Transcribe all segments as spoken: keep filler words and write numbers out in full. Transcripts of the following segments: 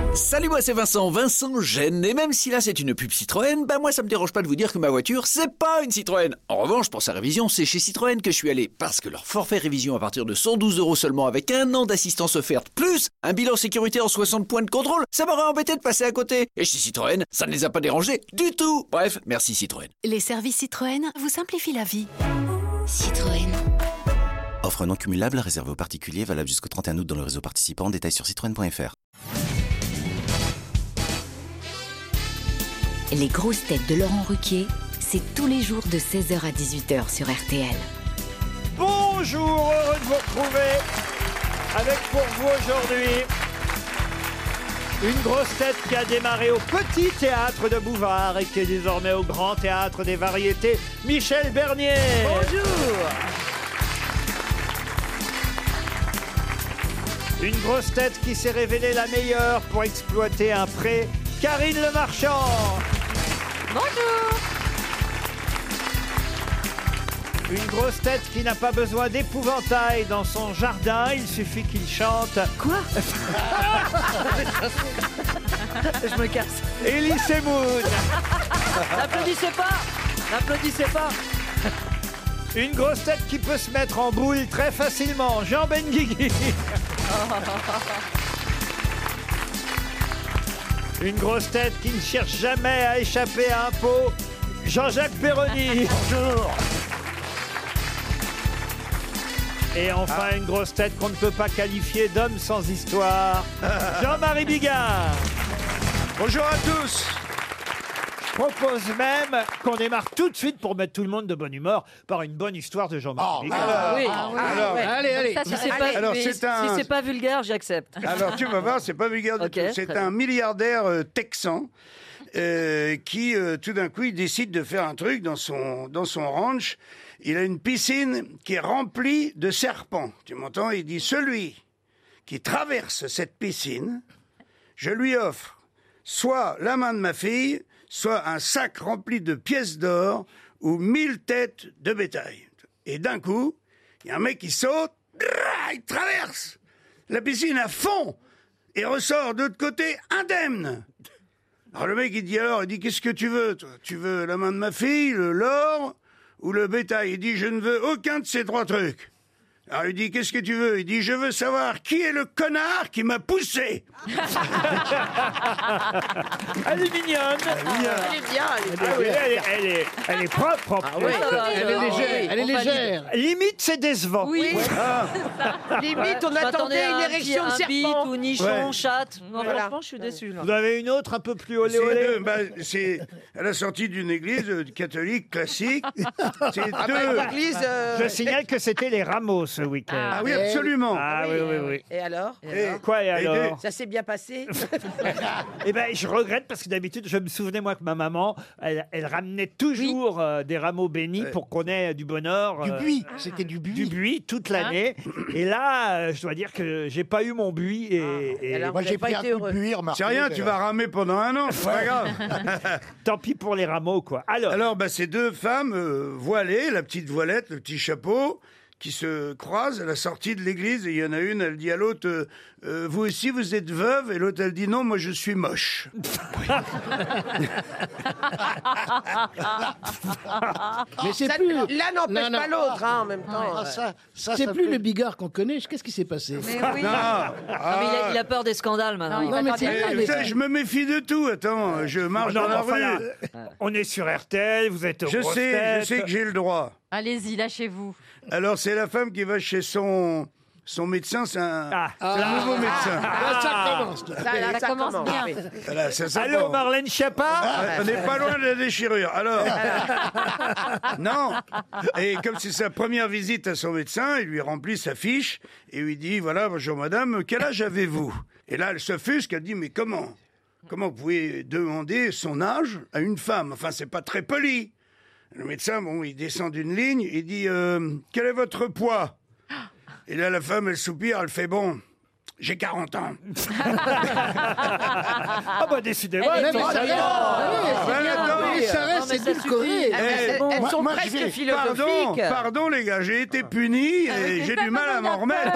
Salut, moi c'est Vincent, Vincent Gênes, et même si là c'est une pub Citroën, bah moi ça me dérange pas de vous dire que ma voiture c'est pas une Citroën. En revanche, pour sa révision, c'est chez Citroën que je suis allé, parce que leur forfait révision à partir de cent douze euros seulement avec un an d'assistance offerte, plus un bilan sécurité en soixante points de contrôle, ça m'aurait embêté de passer à côté. Et chez Citroën, ça ne les a pas dérangés du tout. Bref, merci Citroën. Les services Citroën vous simplifient la vie. Citroën. Offre non cumulable réservée aux particuliers, valable jusqu'au trente et un août dans le réseau participant. Détails sur citroën point f r. Les grosses têtes de Laurent Ruquier, c'est tous les jours de seize heures à dix-huit heures sur R T L. Bonjour, heureux de vous retrouver avec pour vous aujourd'hui une grosse tête qui a démarré au Petit Théâtre de Bouvard et qui est désormais au Grand Théâtre des Variétés, Michel Bernier. Bonjour. Une grosse tête qui s'est révélée la meilleure pour exploiter un pré, Karine Le Marchand. Bonjour. Une grosse tête qui n'a pas besoin d'épouvantail dans son jardin, il suffit qu'il chante. Quoi? Je me casse. Elie Semoun. N'applaudissez pas. N'applaudissez pas. Une grosse tête qui peut se mettre en boule très facilement, Jean Benguigui. Une grosse tête qui ne cherche jamais à échapper à un pot, Jean-Jacques Perroni. Bonjour. Et enfin, une grosse tête qu'on ne peut pas qualifier d'homme sans histoire, Jean-Marie Bigard. Bonjour à tous. Je propose même qu'on démarre tout de suite pour mettre tout le monde de bonne humeur par une bonne histoire de Jean-Marie Bigard. Alors, Oui. ah, alors, Ouais. allez, allez. Ça, si c'est pas, Alors, mais c'est un- si c'est pas vulgaire, j'accepte. Alors, tu vas voir, c'est pas vulgaire du Ok, tout. C'est très un milliardaire euh, texan euh, qui, euh, tout d'un coup, il décide de faire un truc dans son, dans son ranch. Il a une piscine qui est remplie de serpents. Tu m'entends? Il dit, celui qui traverse cette piscine, je lui offre soit la main de ma fille, soit un sac rempli de pièces d'or ou mille têtes de bétail. Et d'un coup, il y a un mec qui saute, il traverse la piscine à fond et ressort de l'autre côté indemne. Alors le mec, il dit alors, il dit, qu'est-ce que tu veux, toi? Tu veux la main de ma fille, le l'or ou le bétail? Il dit, je ne veux aucun de ces trois trucs. Alors il dit, qu'est-ce que tu veux? Il dit, je veux savoir qui est le connard qui m'a poussé. Elle est mignonne. Elle est bien. Elle est Ah oui, elle, est, elle, est, elle est propre, propre. oui, ça va, Elle est alors, légère, oui, elle est on valide. légère. Limite, c'est décevant. Oui. Limite, on Je m'attendais attendait à une un érection de petit- un bite serpent. ou nichon, Ouais. chatte. Non, Voilà. franchement, je suis déçu. là. Vous avez une autre un peu plus olé C'est olé. deux, bah, c'est à la sortie d'une église euh, catholique classique. C'est Ah deux. bah, l'église, euh, Je signale que c'était les rameaux ce week-end. Ah oui, absolument. Ah oui, oui, oui. Et alors? Et- Quoi et alors deux. Ça s'est bien passé? Eh ben, je regrette parce que d'habitude, je me souvenais moi que ma maman, elle, elle ramenait toujours euh, des rameaux bénis pour qu'on ait du bonheur. Du euh, buis. C'était du Du buis. buis toute l'année. Et là, euh, je dois dire que j'ai pas eu mon buis et, et alors Moi, vous j'ai n'avez pas pris un été coup de heureux. buis, remarquez. C'est rien, tu vas ramer pendant un an, c'est pas grave. tant pis pour les rameaux, quoi. Alors, Alors, bah, ces deux femmes euh, voilées, la petite voilette, le petit chapeau, qui se croisent à la sortie de l'église. Et il y en a une, elle dit à l'autre, euh, Euh, vous aussi, vous êtes veuve? Et l'autre, elle dit, non, moi, je suis moche. Mais c'est Ça- plus. L'un n'empêche Non, non. pas l'autre, hein, en même temps. Ah, ça, ça, C'est ça plus fait- le Bigard qu'on connaît. Qu'est-ce qui s'est passé? Mais oui. Non, Non, mais il, a, il a peur des scandales maintenant. Non, mais c'est Eh, vrai, vous mais- savez, je me méfie de tout. Attends, je marche non, dans la enfin, rue. là, on est sur R T L, vous êtes Je grosses sais, je têtes. sais que j'ai le droit. Allez-y, lâchez-vous. Alors, c'est la femme qui va chez son, son médecin, c'est un, Ah. c'est un nouveau médecin. Là, ça commence. là. Ça, là, Ça commence bien. oui. Voilà, ça s'entend. Allô, Marlène Schiappa. On n'est pas loin de la déchirure. Alors, non. Et comme c'est sa première visite à son médecin, il lui remplit sa fiche et lui dit, voilà, bonjour madame, quel âge avez-vous? Et là, elle s'offusque, elle dit, mais comment? Comment vous pouvez demander son âge à une femme? Enfin, c'est pas très poli. Le médecin, bon, il descend d'une ligne, il dit, euh, quel est votre poids? Et là, la femme, elle soupire, elle fait, bon, J'ai quarante ans. Ah bah décidément. Elle est elle est bonne, bonne. alors. Ah, Oui, c'est ben, bien, attends, oui. ça reste, Non, mais c'est ça édulcoré. suffit. Ah, Eh mais ben, c'est- c'est bon. elles Moi- sont moi, je presque vais- philosophiques. Pardon, pardon les gars, j'ai été puni et j'ai du mal à m'en remettre.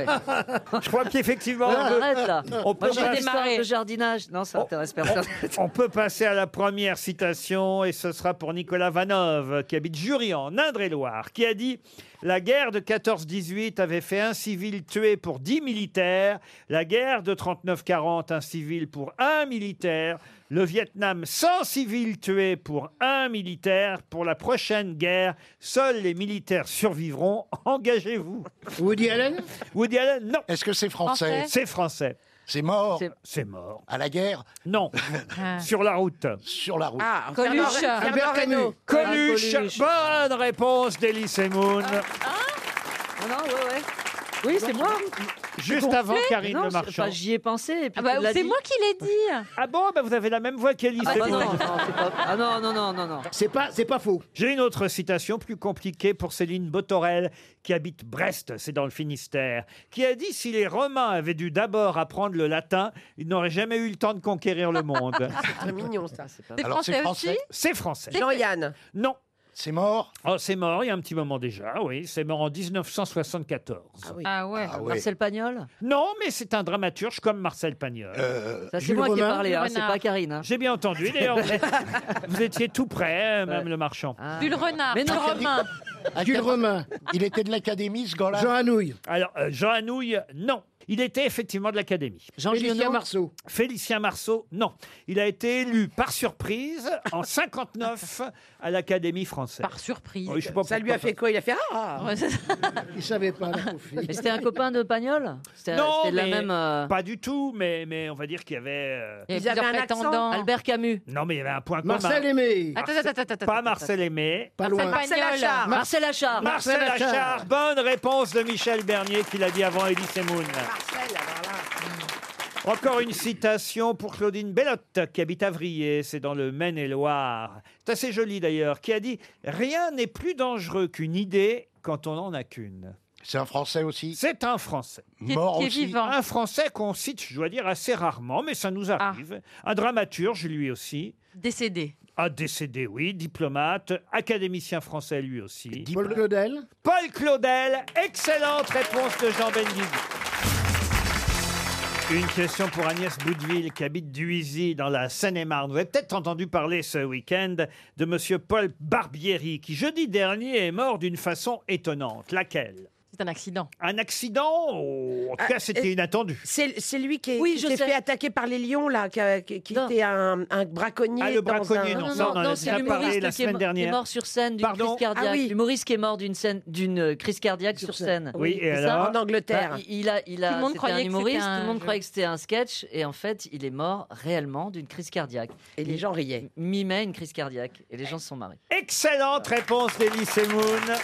Je crois qu'effectivement, on peut, Arrête là. on peut Moi j'ai passer- des histoires de jardinage. Non, ça intéresse personne. on peut passer à la première citation et ce sera pour Nicolas Vanov qui habite Jury en Indre-et-Loire qui a dit « La guerre de quatorze dix-huit avait fait un civil tué pour dix militaires, la guerre de trente-neuf quarante un civil pour un militaire, le Vietnam cent civils tués pour un militaire. Pour la prochaine guerre, seuls les militaires survivront. Engagez-vous. » Woody Allen? Woody Allen, non. Est-ce que c'est français? C'est français. C'est mort C'est- C'est mort. à la guerre, Non. Sur la route. sur la route. Ah, Coluche. Fernand- Fernand Albert Camus. Reynaud. Coluche. Ah, Coluche. Bonne réponse d'Elie Moon. Ah non, ouais, ouais. Oui, c'est moi. Juste avant Karine Non, Le c'est- Marchand. enfin, j'y ai pensé. Et puis Ah bah, tu l'as c'est dit. moi qui l'ai dit. Ah bon, bah vous avez la même voix qu'Elie Ah bah non, Moon. non, c'est pas... ah non, non, non, non, non. C'est pas, c'est pas faux. J'ai une autre citation plus compliquée pour Céline Botorel, qui habite Brest, c'est dans le Finistère, qui a dit « Si les Romains avaient dû d'abord apprendre le latin, ils n'auraient jamais eu le temps de conquérir le monde. C'est très mignon, ça. C'est pas... C'est Alors c'est français français, aussi » C'est français. Jean-Yann. Non. c'est mort. Oh, c'est mort il y a un petit moment déjà, oui. C'est mort en dix-neuf cent soixante-quatorze. Ah oui. Ah ouais. Ah ouais. Marcel Pagnol. Non, mais c'est un dramaturge comme Marcel Pagnol. Euh, Ça, c'est Jules moi qui ai Romain. parlé, hein, Jules c'est Renard. pas Karine. hein. J'ai bien entendu. D'ailleurs, vous, vous étiez tout près, même le marchand. Ah. Jules Renard. Mais non, Jules Romain. Jules Romain. il était de l'académie ce gars-là. Jean Anouilh. Alors, euh, Jean Anouilh, non. Il était effectivement de l'Académie. Jean Félicien Giono. Marceau. Félicien Marceau, non. Il a été élu par surprise en cinquante-neuf à l'Académie française. Par surprise. Oui, je sais pas Ça lui a pourquoi. fait quoi? Il a fait Ah Ouais, c'est ça. Il savait pas, la pauvre fille. Mais c'était un copain de Pagnol. C'était Non, c'était de la mais même. euh, pas du tout, mais, mais on va dire qu'il y avait... euh, Il y Ils a avaient plusieurs un accent. prétendants. Albert Camus. Non, mais il y avait un point Marcel commun. Aimé. Attends, attends, attends, attends. Pas Marcel Aimé. Pas loin. Marcel Marcel Pagnol. Achard. Marcel Achard. Marcel Marcel Achard. Achard. Bonne réponse de Michel Bernier qui l'a dit avant Elie Semoun. Marcel, alors là. Encore une citation pour Claudine Bellotte, qui habite Avrier, c'est dans le Maine-et-Loire. C'est assez joli d'ailleurs, qui a dit « Rien n'est plus dangereux qu'une idée quand on n'en a qu'une C'est un français ». aussi. C'est un Français. Qui est- Mort qui est aussi. vivant. Un Français qu'on cite, je dois dire, assez rarement, mais ça nous arrive. Un dramaturge, lui aussi. Décédé. Un décédé, oui, diplomate, académicien français, lui aussi. Paul Claudel. Paul Claudel, excellente réponse de Jean Benguigui. Une question pour Agnès Boudeville qui habite Duisy dans la Seine-et-Marne. Vous avez peut-être entendu parler ce week-end de monsieur Paul Barbieri qui jeudi dernier est mort d'une façon étonnante. Laquelle? C'est un accident. Un accident? Oh, en tout Ah, cas, c'était et- inattendu. C'est c'est lui qui, est- Oui, qui je s'est sais. fait attaquer par les lions, là, qui, a- qui- qui Non. était un, un braconnier. Ah, le dans braconnier, un- non, Non, ça, on non, en a non, déjà c'est parlé l'humoriste la qui, est semaine mo- dernière. qui est mort sur scène d'une Pardon crise cardiaque. Ah oui. L'humoriste qui est mort d'une scène, d'une euh, crise cardiaque sur, scène. Oui, et c'est ça alors En Angleterre. Bah, il il a, il a, Tout le monde c'était croyait un que humoriste, c'était un tout le monde jeu. croyait que c'était un sketch, et en fait, il est mort réellement d'une crise cardiaque. Et les gens riaient. Il mimait une crise cardiaque, et les gens se sont marrés. Excellente réponse d'Elie Semoun.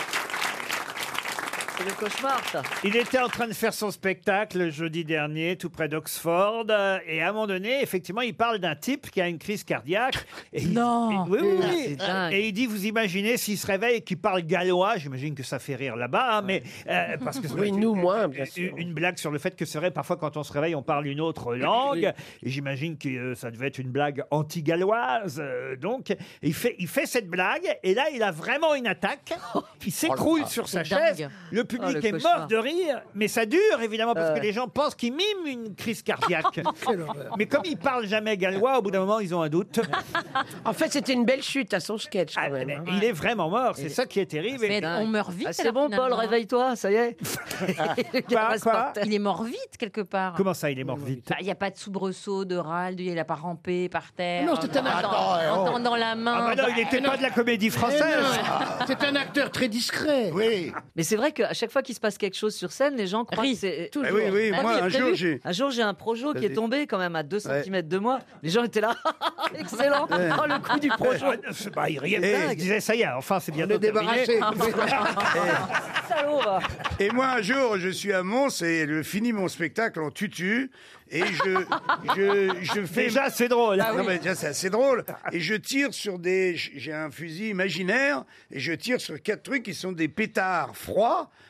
C'est le cauchemar, ça. Il était en train de faire son spectacle jeudi dernier, tout près d'Oxford. euh, Et à un moment donné, effectivement, il parle d'un type qui a une crise cardiaque. Et il- Non. et- oui, oui, oui. C'est dingue. Et il dit, vous imaginez s'il se réveille et qu'il parle gallois, j'imagine que ça fait rire là-bas, hein, mais euh, parce que ça doit Oui, être nous, une- moins, bien une- sûr. Une blague sur le fait que c'est vrai, parfois quand on se réveille, on parle une autre langue. Et j'imagine que euh, ça devait être une blague anti-galloise. euh, donc, il fait, il fait cette blague, et là, il a vraiment une attaque. Il s'écroule sur sa c'est chaise. dingue. Le public Oh, le est cauchemar. mort de rire, mais ça dure évidemment parce Euh. que les gens pensent qu'il mime une crise cardiaque. Mais comme il parle jamais gallois, au bout d'un moment, ils ont un doute. En fait, c'était une belle chute à son sketch, quand Ah, même. mais hein. il est vraiment mort, c'est ça qui est terrible. Mais Et- on meurt vite. Ah, c'est alors, bon, Paul, finalement. réveille-toi, ça y est. Le gars Quoi, reste quoi par terre. Il est mort vite, quelque part. Comment ça, il est mort vite? Bah, il n'y a pas de soubresaut, de râle, il n'a pas rampé par terre. Non, c'est un en- acteur. en- Attends, en oh. tendant la main. Ah bah non, il n'était pas de la comédie Eh française. non, c'est un acteur très discret. Oui. Mais c'est vrai qu'à chaque fois qu'il se passe quelque chose sur scène, les gens croient Rient, que c'est... toujours. Eh oui, oui, Ah, moi, j'ai un prévu. jour, j'ai... Un jour, j'ai un projo qui est Vas-y. tombé quand même à deux Ouais. centimètres de moi. Les gens étaient là. Excellent. Oh, le coup du projo. Ah, c'est- bah, il riait. Eh, Il disait, ça y est, enfin, c'est On bientôt est débarrassé. terminé. Salaud, va. Et moi, un jour, je suis à Mons et je finis mon spectacle en tutu et je, je, je fais... Déjà, c'est drôle. Non, mais déjà, c'est assez drôle. Et je tire sur des... J'ai un fusil imaginaire et je tire sur quatre trucs qui sont des pétards froids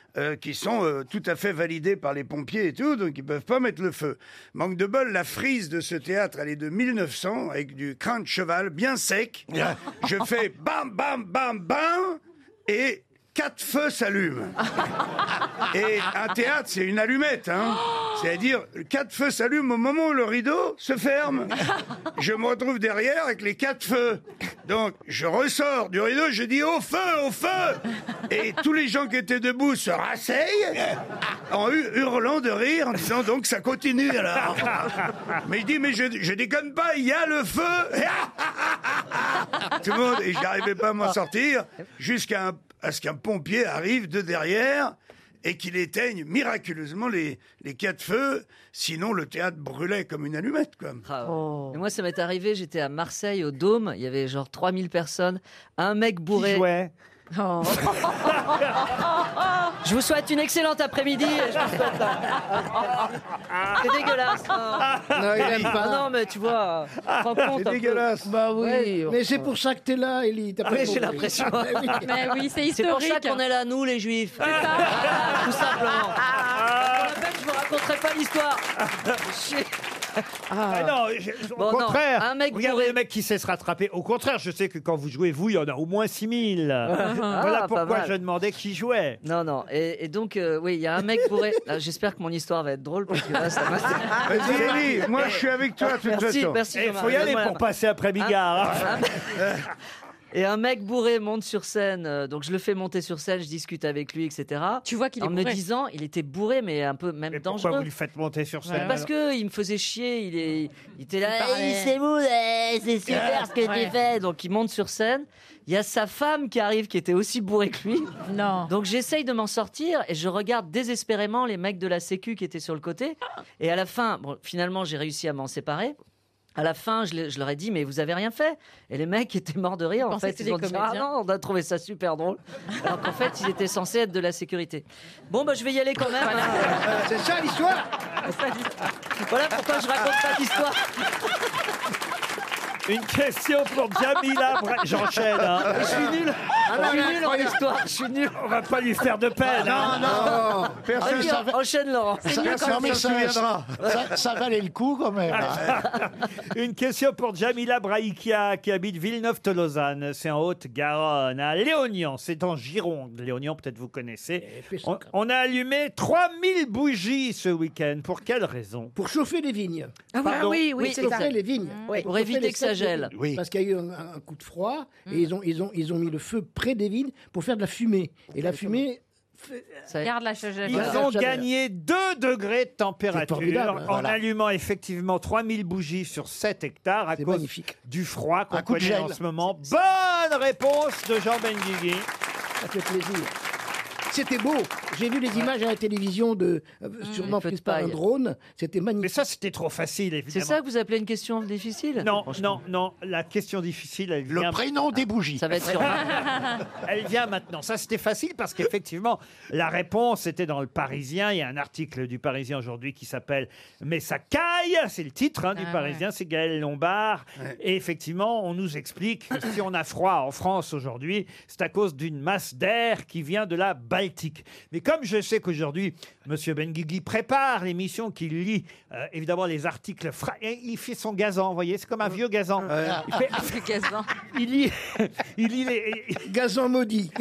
euh, qui sont euh, tout à fait validés par les pompiers et tout, donc ils peuvent pas mettre le feu. Manque de bol, la frise de ce théâtre, elle est de mille neuf cents, avec du crin de cheval bien sec. Je fais bam, bam, bam, bam, et quatre feux s'allument. Et un théâtre, c'est une allumette, hein. C'est-à-dire, quatre feux s'allument au moment où le rideau se ferme. Je me retrouve derrière avec les quatre feux. Donc, je ressors du rideau, je dis au feu, au feu. Et tous les gens qui étaient debout se rasseyent en hu- hurlant de rire, en disant donc ça continue alors. Mais je dis, mais je, je déconne pas, il y a le feu. Tout le monde, et j'arrivais pas à m'en sortir, jusqu'à un à ce qu'un pompier arrive de derrière et qu'il éteigne miraculeusement les, les quatre feux, sinon le théâtre brûlait comme une allumette, quoi. Ah ouais. Et moi, ça m'est arrivé, j'étais à Marseille, au Dôme, il y avait genre trois mille personnes, un mec bourré... Qui jouait Oh. Je vous souhaite une excellente après-midi. et je vous souhaite, euh, C'est dégueulasse. Non, Non, il aime pas. Ah non, mais tu vois, euh, rends compte. C'est un peu. dégueulasse. Bah oui. Ouais. Mais c'est pour ça que t'es là, Élie. T'as pas Oui, j'ai compris. l'impression. Mais oui. Mais oui, c'est C'est pour ça historique. qu'on est là, nous, les juifs. Tout simplement. Pour le mec, je vous raconterai pas l'histoire. Je- Ah non, je- au Bon, non, contraire. un mec Regardez bourré. le mec qui sait se rattraper. Au contraire, je sais que quand vous jouez, vous, il y en a au moins six mille. Voilà Ah, pas pourquoi mal. je demandais qui jouait. Non, non. Et, et donc, euh, oui, il y a un mec bourré. Là, j'espère que mon histoire va être drôle parce que là, ça m'a. Vas-y, Élie, moi je suis avec toi, de toute Merci, façon. merci. Il Thomas. faut y aller Donne-moi la pour main. passer après Bigard. hein. Et un mec bourré monte sur scène, euh, donc je le fais monter sur scène, je discute avec lui, et cetera. Tu vois qu'il est En me bourré. disant, il était bourré, mais un peu même Mais pourquoi dangereux. vous lui faites monter sur scène Parce alors que il me faisait chier, il, est, il était là, parlait. hey, c'est vous, eh, c'est super ce que Ouais. tu fais. Donc il monte sur scène, il y a sa femme qui arrive, qui était aussi bourrée que lui. Non. Donc j'essaye de m'en sortir et je regarde désespérément les mecs de la sécu qui étaient sur le côté. Et à la fin, bon, finalement j'ai réussi à m'en séparer. À la fin, je, les- je leur ai dit, mais vous avez rien fait. Et les mecs étaient morts de rire. Ils En pensaient fait, que c'était ils ont des dit, ah comédiens. non, on a trouvé ça super drôle. Alors qu'en fait, ils étaient censés être de la sécurité. Bon, bah, je vais y aller quand même. hein. C'est ça l'histoire. Voilà pourquoi je raconte pas d'histoire. Une question pour Jamila Bra... J'enchaîne. hein. Je suis nul. Ah, Je suis nul en histoire. Je suis nul. On va pas lui faire de peine. hein. Non, Personne Ok, enchaîne, Laurent. ça, non, mais ça, ça, ça valait le coup quand même. hein. Une question pour Jamila Braïkia qui habite Villeneuve-Tolosane, c'est en Haute-Garonne, à Léognan, c'est en Gironde. Léognan, peut-être vous connaissez. On, on a allumé trois mille bougies ce week-end. Pour quelle raison? Pour chauffer les vignes. Ah Pardon. oui, oui, Oui, c'est Pour ça. chauffer les vignes. Oui. Pour Chauffer éviter les que ça steaks de gèle. vignes. Oui. Parce qu'il y a eu un, un coup de froid et ils ont, ils, ont, ils ont mis le feu près des vignes pour faire de la fumée. Et la fumée. fait- Ça- Garde la chaleur. Ils Voilà. ont Chaleur. gagné deux degrés de température formidable. en Voilà. allumant effectivement trois mille bougies sur sept hectares à C'est cause magnifique. du froid qu'on Un coup de connaît gel. en ce moment. Bonne réponse de Jean Benguigui. Ça fait plaisir. C'était beau. J'ai vu les images à la télévision de euh, sûrement Les feux de prises par un paille. drone. C'était Mais magnifique. ça, c'était trop facile, C'est évidemment. ça que vous appelez une question difficile? Non, Franchement. non, non. La question difficile, elle Le vient, prénom des bougies. Ça va être sur. elle vient maintenant. Ça, c'était facile parce qu'effectivement, la réponse était dans le Parisien. Il y a un article du Parisien aujourd'hui qui s'appelle « Mais ça caille !» C'est le titre hein, du Ah, Parisien, c'est Gaël Lombard. Et effectivement, on nous explique que si on a froid en France aujourd'hui, c'est à cause d'une masse d'air qui vient de la Baltique. Mais comme je sais qu'aujourd'hui, M. Benguigui prépare l'émission, qu'il lit euh, évidemment les articles, fra- et il fait son gazan, vous voyez, c'est comme un vieux gazan. Il, fait- Plus quasiment. il lit, il lit les- Gazan maudit.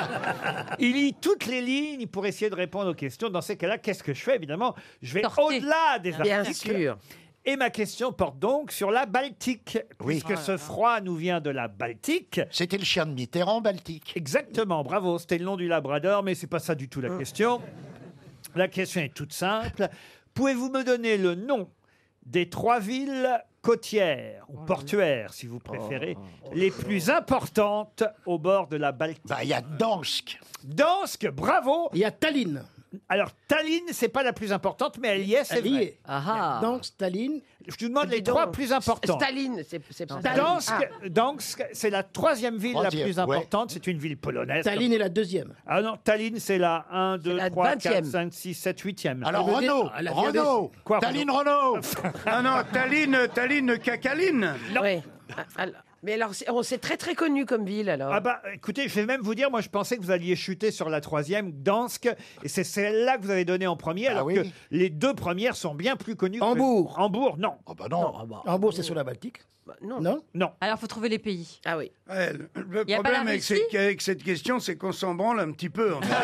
il lit toutes les lignes pour essayer de répondre aux questions. Dans ces cas-là, qu'est-ce que je fais? Évidemment, je vais Sortez. au-delà des Bien articles. sûr. Et ma question porte donc sur la Baltique, Oui. puisque ce froid nous vient de la Baltique. C'était le chien de Mitterrand, Baltique. Exactement, bravo, c'était le nom du Labrador, mais c'est pas ça du tout la question. La question est toute simple. Pouvez-vous me donner le nom des trois villes côtières, ou portuaires si vous préférez, les plus importantes au bord de la Baltique? Bah, il y a Dansk. Dansk, bravo. Il y a Tallinn. Alors, Tallinn, c'est pas la plus importante, mais elle y est, c'est Elle y vrai. est. Ah ah. Dansk, Tallinn. Je vous demande les Dis donc. trois plus importantes. Staline, c'est c'est Non, Staline. Dansk, Ah. Dansk, c'est la troisième ville Troisième, la plus ouais. importante. C'est une ville polonaise. Tallinn est la deuxième. Ah non, Tallinn, c'est la un, deux, la trois, quatre, vingtième. cinq, six, sept, huitième. Alors Elle veut dire- Renault, elle a bien Renault, Quoi, Tallinn Renault. Ah non, Tallinn, Tallinn, Cacaline. Oui. Ah, Mais alors, c'est oh, c'est très très connu comme ville alors. Ah bah écoutez, je vais même vous dire, moi je pensais que vous alliez chuter sur la troisième, Gdansk, et c'est celle-là que vous avez donnée en premier, alors oui. que les deux premières sont bien plus connues. que- Hambourg. Hambourg, non. Oh bah non. Hambourg, c'est sur la Baltique. Bah, non. Non Non. Alors, faut trouver les pays. Ah oui. Ouais, le le Y a pas problème la avec Russie cette, avec cette question, c'est qu'on s'en branle un petit peu. En fait.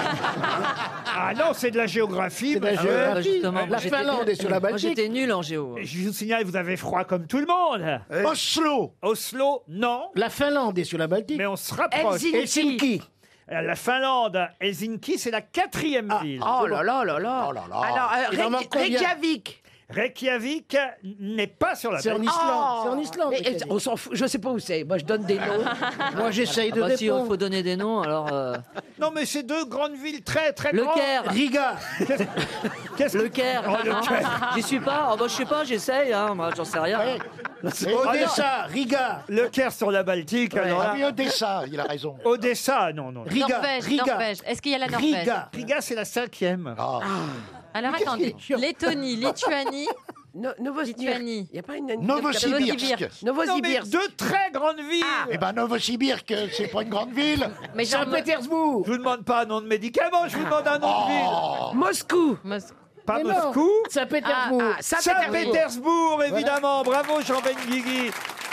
Ah non, c'est de la géographie. C'est de la monsieur. Bah, géographie. justement, moi, La j'étais- Finlande est sur la Moi, Baltique. j'étais nul en géo. Je vous signale, vous avez froid comme tout le monde. Oslo. Oslo, non. La Finlande est sur la Baltique. Mais on se rapproche. Helsinki. Helsinki. La Finlande, Helsinki, c'est la quatrième ville. Oh là là là là. Oh là là. Alors, euh, Il en Reyk- manque combien Reykjavik. Reykjavik n'est pas sur la C'est en Baltique. Islande. Oh. C'est en Islande. Mais, Reykjavik. on s'en fout. Je sais pas où c'est. Moi, je donne des noms. Moi, j'essaye de Ah bah, si il répondre. faut donner des noms, alors... euh, Non, mais c'est deux grandes villes très très Le grandes. Caire. Riga. Qu'est-ce Le Caire. Oh, le Caire. J'y suis pas. Oh, bah, je sais pas, j'essaye, hein. Moi, j'en sais rien. Odessa. Riga. Le Caire sur la Baltique. alors là. Ah oui, Odessa, il a raison. Odessa, non, non. Riga. Norvège, Riga. Norvège. Est-ce qu'il y a la Norvège? Riga. Riga, c'est la cinquième. Ah. Alors, Qu'est-ce attendez. qui est chiant Lettonie, Lituanie. No- Novosibirsk. Lituanie. Il n'y a pas une. une- Novosibirsk. Non, mais Novosibirsk. deux très grandes villes. Eh ben Novosibirsk, c'est pas une grande ville. Mais genre, Saint-Pétersbourg. Je vous demande pas un nom de médicament, je vous demande un nom de ville. Oh. Moscou. Mos- Pas Mais non. Moscou. Saint-Pétersbourg. Ah, ah, Saint-Pétersbourg. Saint-Pétersbourg, évidemment. Bravo, Jean Benguigui.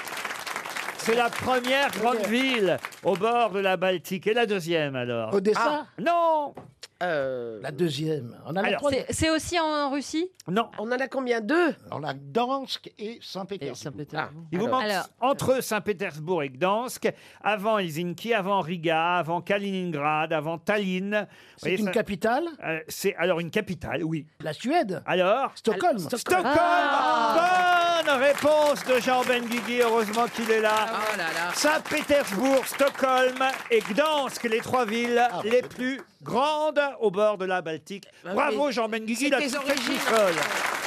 C'est la première grande ville au bord de la Baltique. Et la deuxième, alors Odessa. Non. Euh, La deuxième. On a la Alors, troisième. C'est c'est aussi en Russie? Non. on en a combien? Deux. On a Gdansk et Et Saint-Pétersbourg. Saint-Pétersbourg. Il vous Alors. manque Alors. entre Saint-Pétersbourg et Gdansk, avant Helsinki, avant Riga, avant Kaliningrad, avant Tallinn. Vous C'est voyez, une ça- capitale. euh, c'est alors une capitale, oui. La Suède. Alors Stockholm. Stockholm. Ah. Bonne réponse de Jean Benguigui, heureusement qu'il est là. Oh là là. Saint-Pétersbourg, Stockholm et Gdansk, les trois villes Ah, les plus grandes au bord de la Baltique. Bah Bravo oui. Jean Benguigui, C'est il a tes tout fait origines. tout seul.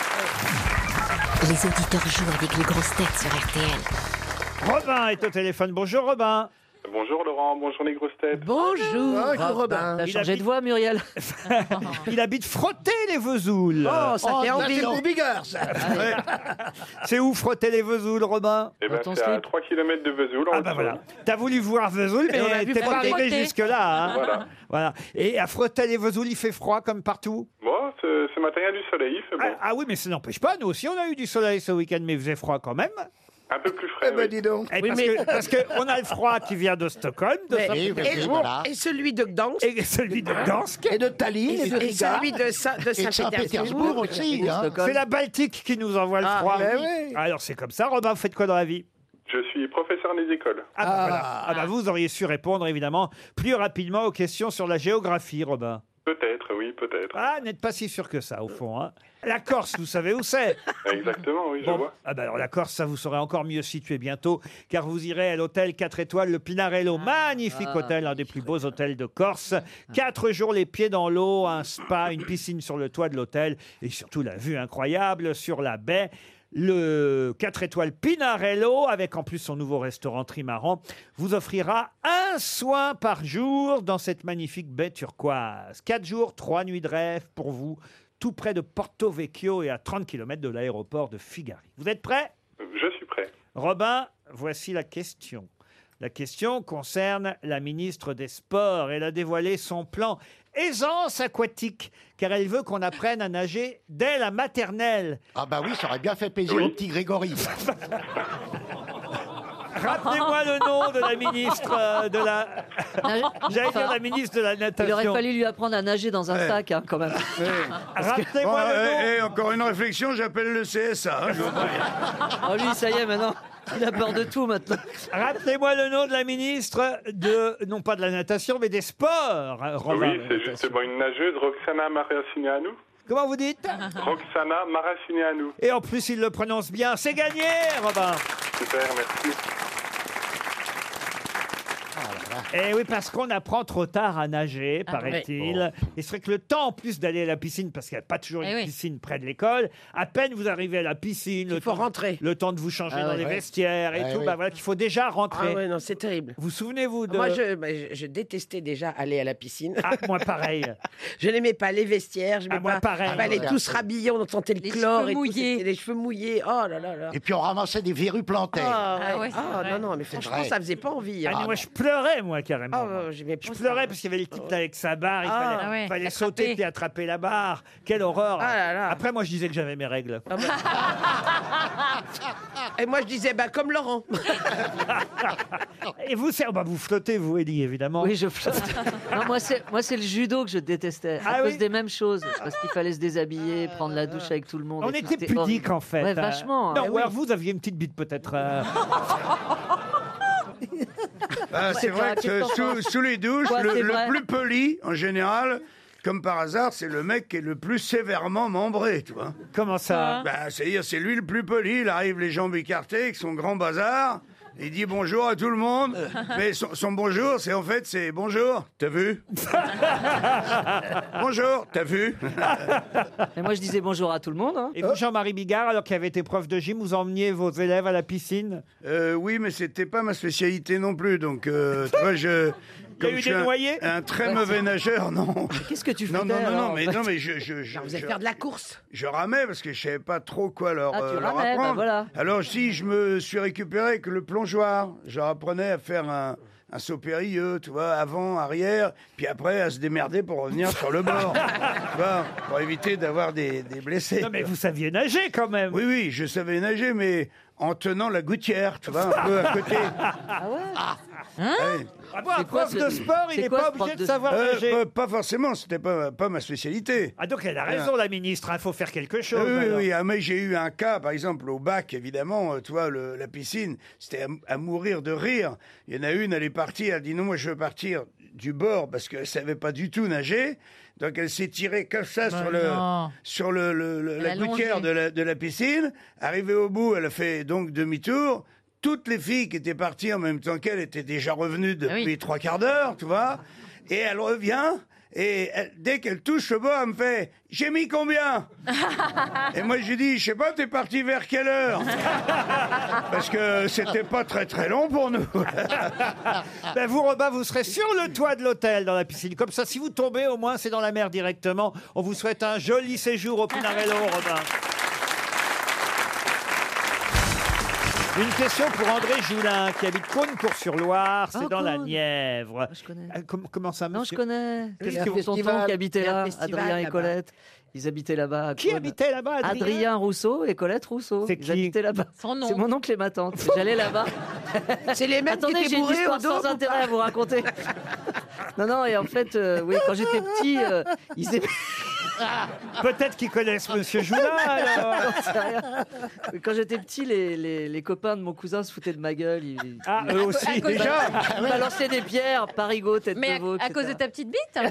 Les auditeurs jouent avec les grosses têtes sur R T L. Robin est au téléphone. Bonjour Robin. Bonjour Laurent, bonjour les grosses têtes. Bonjour. Bonjour, Robin. T'as Il changé habite- de voix, Muriel? Il habite Frotter les Vesouls. Oh, ça Oh, fait ça, envie. c'est Pour Bigard, ça. C'est où Frotter les Vesouls, Robin? Eh ben, Dans ton c'est à slip. trois kilomètres de Vesoul. Ah bah voilà. T'as voulu voir Vesoul, Et on a mais vu t'es pas Frotter. arrivé Frotter. jusque-là. Hein. Voilà. Voilà. Et à Frotter les Vesouls, il fait froid comme partout. Bon, ce, ce matin, il y a du soleil, il fait bon. Ah, ah oui, mais ça n'empêche pas. Nous aussi, on a eu du soleil ce week-end, mais il faisait froid quand même. Un peu plus frais, Eh ben, oui. dis donc. Et Oui, parce, mais- que, parce que on a le froid qui vient de Stockholm, de Mais- Oui, oui, et, oui, voilà. et celui de Gdansk. et celui de Gdansk. Et de Tallinn et de Et Riga. celui de, Sa- de Et de Saint-Pétersbourg Saint-Pétersbourg. aussi. Hein. C'est la Baltique qui nous envoie le Ah, froid. mais oui. Alors c'est comme ça, Robin, vous faites quoi dans la vie? Je suis professeur des écoles. Ah, bah, voilà. Ah bah, vous auriez su répondre évidemment plus rapidement aux questions sur la géographie, Robin. Peut-être, oui, peut-être. Ah, n'êtes pas si sûr que ça, au fond. Hein. La Corse, vous savez où c'est? Exactement, oui, je Bon, vois. ah bah alors la Corse, ça vous serez encore mieux situé bientôt, car vous irez à l'hôtel quatre étoiles, le Pinarello, magnifique Ah. hôtel, un des plus beaux hôtels de Corse. Quatre jours les pieds dans l'eau, un spa, une piscine sur le toit de l'hôtel, et surtout la vue incroyable sur la baie. Le quatre étoiles Pinarello, avec en plus son nouveau restaurant Trimaran, vous offrira un soin par jour dans cette magnifique baie turquoise. Quatre jours, trois nuits de rêve pour vous, tout près de Porto Vecchio et à trente kilomètres de l'aéroport de Figari. Vous êtes prêts? Je suis prêt. Robin, voici la question. La question concerne la ministre des Sports. Elle a dévoilé son plan aisance aquatique, car elle veut qu'on apprenne à nager dès la maternelle. Ah bah oui, ça aurait bien fait plaisir Oui. au petit Grégory. Rappelez-moi le nom de la ministre euh, de la... J'allais dire la ministre de la Il aurait natation. fallu lui apprendre à nager dans un Ouais. sac, hein, quand même. Rappelez-moi Bon, le nom. et, et encore une réflexion, j'appelle le C S A. hein, je vous préviens. Oh, lui, ça y est, maintenant, il a peur de tout, maintenant. Rappelez-moi le nom de la ministre de, non pas de la natation, mais des sports, hein, Robin. Oui, c'est justement une nageuse, Roxana Maracineanu. Comment vous dites? Roxana Maracineanu. Et en plus, il le prononce bien. C'est gagné, Robin. Super, merci. Eh oui, parce qu'on apprend trop tard à nager, Ah, paraît-il. ouais. Et c'est vrai que le temps, en plus d'aller à la piscine, parce qu'il n'y a pas toujours Eh une oui. piscine près de l'école, à peine vous arrivez à la piscine, le, faut temps, rentrer. le temps de vous changer Ah dans ouais. les Ouais. vestiaires et Ah tout, oui. bah voilà qu'il faut déjà rentrer. Ah ouais, non, c'est terrible. Vous souvenez-vous de... Moi, je, bah, je, je détestais déjà aller à la piscine. Ah, moi, pareil. Je n'aimais pas les vestiaires. Je Ah, moi, pas, pareil. Il fallait Ah, tous rhabillés, on sentait le Les chlore. cheveux et tout, mouillés. c'était les cheveux mouillés. Oh là là là. Et puis on ramassait des verrues plantées. Ah, Ah ouais. ouais, c'est Ah, vrai. non, non, mais C'est franchement, vrai. ça faisait pas envie. Ah, hein. mais moi, je pleurais, moi, carrément. Ah, ouais, j'aimais Je pas ça. pleurais parce qu'il y avait l'équipe avec sa barre, il Ah, fallait, ah ouais, fallait attraper. sauter puis attraper la barre. Quelle horreur. Ah là là. Après, moi, je disais que j'avais mes règles. Ah, moi- Et moi, je disais, bah, comme Laurent. Et vous, c'est- bah, vous flottez, vous, Elie, évidemment. Oui, je flotte. Non, moi, c'est, moi, c'est le judo que je détestais. À Ah cause oui des mêmes choses. Parce qu'il fallait se déshabiller, prendre la douche avec tout le monde. On et tout, était c'était pudiques, horrible. en fait. Ouais, hein. vachement. Non, hein. ou alors vous aviez une petite bite, peut-être. euh. Ah, c'est vrai que sous, sous les douches, Quoi, le, c'est le vrai plus poli, en général, comme par hasard, c'est le mec qui est le plus sévèrement membré, tu vois. Comment ça Bah, c'est-à-dire, c'est lui le plus poli, il arrive les jambes écartées, avec son grand bazar, il dit bonjour à tout le monde, mais son, son bonjour, c'est en fait, c'est bonjour, t'as vu Bonjour, t'as vu Et moi, je disais bonjour à tout le monde. hein. Et vous, Jean-Marie Bigard, alors qu'il avait été prof de gym, vous emmeniez vos élèves à la piscine? euh, Oui, mais c'était pas ma spécialité non plus, donc, euh, tu vois, je... Il y a comme eu je suis des un- noyés un, très mauvais nageur, non. Qu'est-ce que tu fais Non, non, non, alors, non, mais, en fait non, mais je, je, je, Vous allez je- faire de la course. je ramais parce que je savais pas trop quoi leur, Ah, tu euh, leur ramais, bah apprendre. voilà. Alors si je me suis récupéré avec le plongeoir, je leur apprenais à faire un, un saut périlleux, tu vois, avant, arrière, puis après à se démerder pour revenir sur le bord, tu vois, pour éviter d'avoir des, des blessés. Non, mais vous saviez nager quand même. Oui, oui, je savais nager, mais en tenant la gouttière, tu vois, un peu à côté. Ah ouais Ouais. Ah bon, un C'est quoi prof ce- de sport, il c'est n'est quoi pas ce prof obligé de de- savoir Euh, nager. pas, pas forcément, c'était pas, pas ma spécialité. Ah, donc elle a raison, la ministre, il faut faire quelque chose. Ah oui, oui, alors. oui, ah, mais j'ai eu un cas, par exemple, au bac, évidemment, euh, tu vois, le- la piscine, c'était à, à mourir de rire. Il y en a une, elle est partie, elle dit non, moi je veux partir du bord parce qu'elle savait pas du tout nager. Donc elle s'est tirée comme ça sur, le, non. sur le, le- le- Elle la a longé. gouttière de la, de la piscine. Arrivée au bout, elle a fait donc demi-tour. Toutes les filles qui étaient parties en même temps qu'elle étaient déjà revenues depuis oui. trois quarts d'heure, tu vois. Et elle revient, et elle- dès qu'elle touche le bord, elle me fait « J'ai mis combien ?» Et moi, je lui dis « Je sais pas, t'es parti vers quelle heure ?» Parce que c'était pas très très long pour nous. Ben vous, Robin, vous serez sur le toit de l'hôtel dans la piscine. Comme ça, si vous tombez, au moins, c'est dans la mer directement. On vous souhaite un joli séjour au Pinarello, Robin. Une question pour André Joulin, qui habite Cône-Cours-sur-Loire, c'est Ah, dans la Cône. Nièvre. Je connais. Euh, com- comment ça, Non, je monsieur connais. Qu'est-ce Il y a que un vous- tonton festival- qui habitait il y a un là, festival Adrien et là-bas. Colette. Ils habitaient là-bas. à Qui Cône. habitait là-bas, Adrien Adrien Rousseau et Colette Rousseau. C'est Ils qui habitaient là-bas. Son nom. C'est mon oncle et ma tante. J'allais là-bas. C'est les mêmes Attendez, qui j'ai étaient une bourrés au histoire dos. sans intérêt à vous raconter. Non, non, et en fait, euh, oui, quand j'étais petit, euh, ils aimaient... Peut-être qu'ils connaissent Monsieur Joulin, alors. J'en sais rien. Quand j'étais petit, les, les, les copains de mon cousin se foutaient de ma gueule. Ils, Ah, eux aussi. À cause- Déjà ils balançaient des pierres, parigot, tête Mais de veau, à, à et cause de cetera. ta petite bite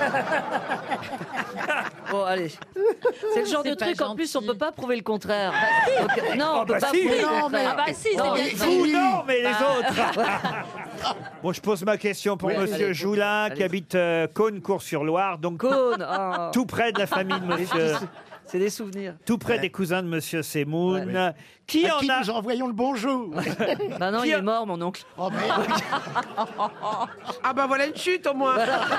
Bon, allez. C'est le genre C'est de pas truc, en plus, on gentil. peut pas prouver le contraire. Donc, euh, non, on Ah peut bah pas si. prouver le Non, contraire. Ah bah si, c'est Non, bien. mais- Vous, non, mais les Bah. autres. Bon, je pose ma question pour Oui, Monsieur allez. Joulin, qui Allez. habite euh, Cône-Cours-sur-Loire, donc Cône, oh. tout près de la famille de Les Monsieur, petits sou- C'est des souvenirs. tout près des cousins de Monsieur Semoun. Qui À en qui a nous envoyons le bonjour. Bah non, Qui il a- est mort, mon oncle. Oh merde. Ah bah voilà une chute au moins.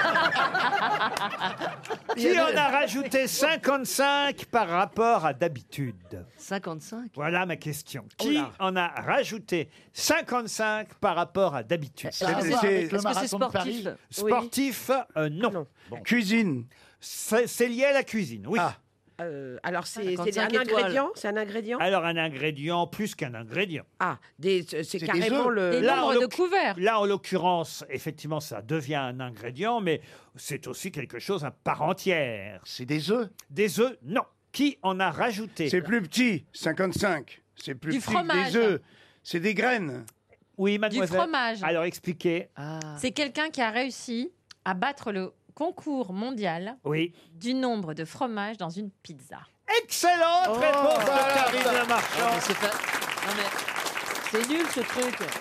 Qui en a rajouté cinquante-cinq par rapport à d'habitude? cinquante-cinq. Voilà ma question. Qui là. en a rajouté cinquante-cinq par rapport à d'habitude? Ça a à C'est- voir c'est- avec le Est-ce que c'est marathon de sportif? Paris. Oui. Sportif, euh, non. Non. Cuisine. C'est c'est lié à la cuisine, oui. Ah. Euh, alors c'est c'est cinquante-cinq un étoiles. ingrédient, c'est un ingrédient. Alors un ingrédient plus qu'un ingrédient. Ah, des- c'est C'est des carrément œufs. le. Des Là, en nombres de l'oc- couverts. Là, en l'occurrence, effectivement, ça devient un ingrédient, mais c'est aussi quelque chose à part entière. C'est des œufs. Des œufs, non. Qui en a rajouté? C'est plus petit, cinquante-cinq. C'est plus Du petit fromage. que des œufs. C'est des graines. Oui, Du mademoiselle. fromage. Alors expliquez. Ah. C'est quelqu'un qui a réussi à battre le concours mondial Oui. du nombre de fromages dans une pizza. Excellente Oh, réponse voilà. de Karine Le Non, Marchand. mais c'est pas... non, mais c'est nul ce truc.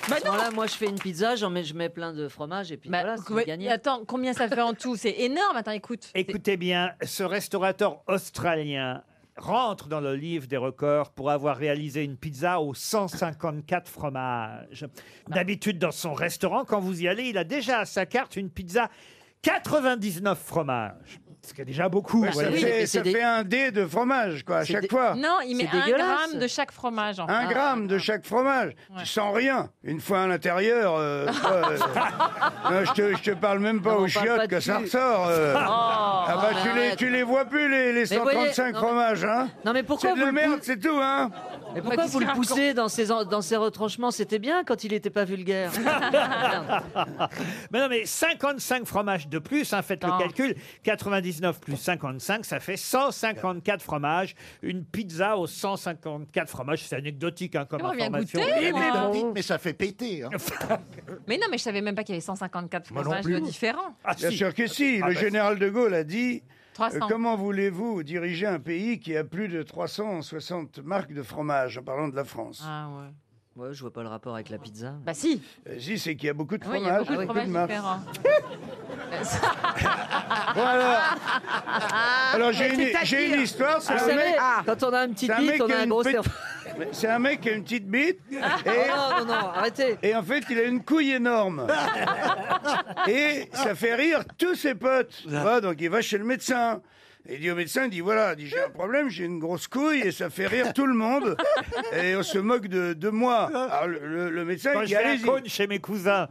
À ce moment-là, moi, je fais une pizza, j'en mets, je mets plein de fromage et puis Bah, voilà, c'est ouais, gagné. Attends, combien ça fait en tout? C'est énorme. Attends, écoute. Écoutez bien, ce restaurateur australien rentre dans le livre des records pour avoir réalisé une pizza aux cent cinquante-quatre fromages. D'habitude, dans son restaurant, quand vous y allez, il a déjà à sa carte une pizza quatre-vingt-dix-neuf fromages. Ce qui est déjà beaucoup. Ouais, vous ça voyez. fait, ça fait un dé de fromage, quoi, à C'est chaque dé- fois. Non, il met C'est un dégueulasse. gramme de chaque fromage. En Un fait. gramme de chaque fromage. Tu sens rien. Une fois à l'intérieur, euh, toi, euh, non, je, te, je te parle même pas Non, aux on parle chiottes pas que ça dessus. ressort. euh. Oh, ah bah mais tu les, arrête. tu les vois plus, les, les Mais voyez, cent trente-cinq non, mais- fromages. Hein. Non, mais pourquoi C'est de vous la le merde, pou- c'est tout. Hein. Mais pourquoi vous le poussez dans ses, en- dans ses retranchements? C'était bien quand il n'était pas vulgaire. Mais non, mais cinquante-cinq fromages de plus, hein, faites Non. le calcul. quatre-vingt-dix-neuf plus cinquante-cinq, ça fait cent cinquante-quatre fromages. Une pizza aux cent cinquante-quatre fromages, c'est anecdotique hein, comme J'aimerais bien information. goûter, Eh, mais, moi. bon, mais ça fait péter. Hein. Mais non, mais je savais même pas qu'il y avait cent cinquante-quatre Moi non fromages plus. différents. Ah, Bien si. sûr que si. Ah Le bah, général de Gaulle a dit trois euh, cents. comment voulez-vous diriger un pays qui a plus de trois cent soixante marques de fromage, en parlant de la France. Ah ouais. Ouais, je vois pas le rapport avec la pizza. Bah si. Euh, Si, c'est qu'il y a beaucoup de Oui, il y a fromages, beaucoup de et peu fromages de marques. différents. Bon, alors, alors j'ai une, c'est-à-dire j'ai une histoire. C'est Vous un savez, mec. quand on a une petite C'est un mec bite, on qui a a un une gros petite- cerveau. Mais C'est un mec qui a une petite bite et, Oh, non, non, non, arrêtez. et en fait il a une couille énorme. Et ça fait rire tous ses potes. Tu vois, donc il va chez le médecin. Et il dit au médecin, il dit voilà, il dit, j'ai un problème, j'ai une grosse couille et ça fait rire tout le monde. Et on se moque de, de moi. Alors le, le- le médecin Quand il je dit vais à allez-y. Cône chez mes cousins.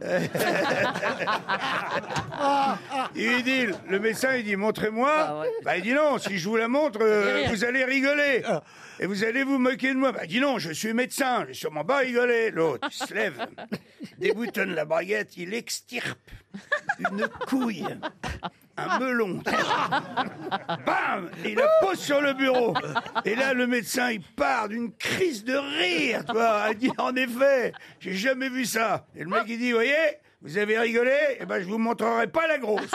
Il lui dit, le médecin il dit montrez-moi. Ah ouais. Bah il dit non, si je vous la montre, euh, rire. vous allez rigoler. Et vous allez vous moquer de moi. Bah il dit non, je suis médecin, je vais sûrement pas rigoler. L'autre il se lève, déboutonne la baguette, il extirpe une couille. Un melon. Bam! Et il la pose sur le bureau. Et là, le médecin, il part d'une crise de rire. Tu vois, il dit, en effet, j'ai jamais vu ça. Et le mec, il dit, vous voyez, vous avez rigolé, et ben, je vous montrerai pas la grosse.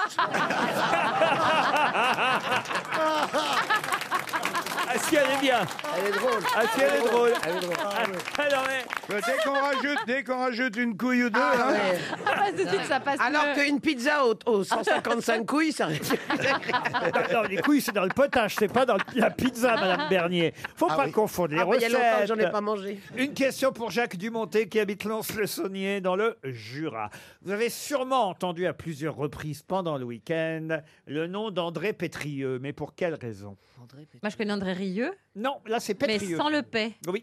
Ah si, elle est bien. Elle est drôle. Ah si, elle est drôle. Elle est drôle. Ah, non, mais- Dès qu'on rajoute, dès qu'on rajoute une couille ou deux, hein, Ah, tout de suite, ça passe Alors mieux. qu'une pizza aux, aux cent cinquante-cinq couilles, ça aurait été- Non, les couilles, c'est dans le potage, c'est pas dans la pizza, Madame Bernier. Faut Ah pas oui. confondre les Ah bah, il y a longtemps que recettes. j'en ai pas mangé. Une question pour Jacques Dumontet qui habite Lons-le-Saunier dans le Jura. Vous avez sûrement entendu à plusieurs reprises pendant le week-end le nom d'André Pétrieux, mais pour quelle raison? André Pétrieux. Moi, je connais André Rieu, Non, là c'est mais Pétrieux. sans le paix. Oui.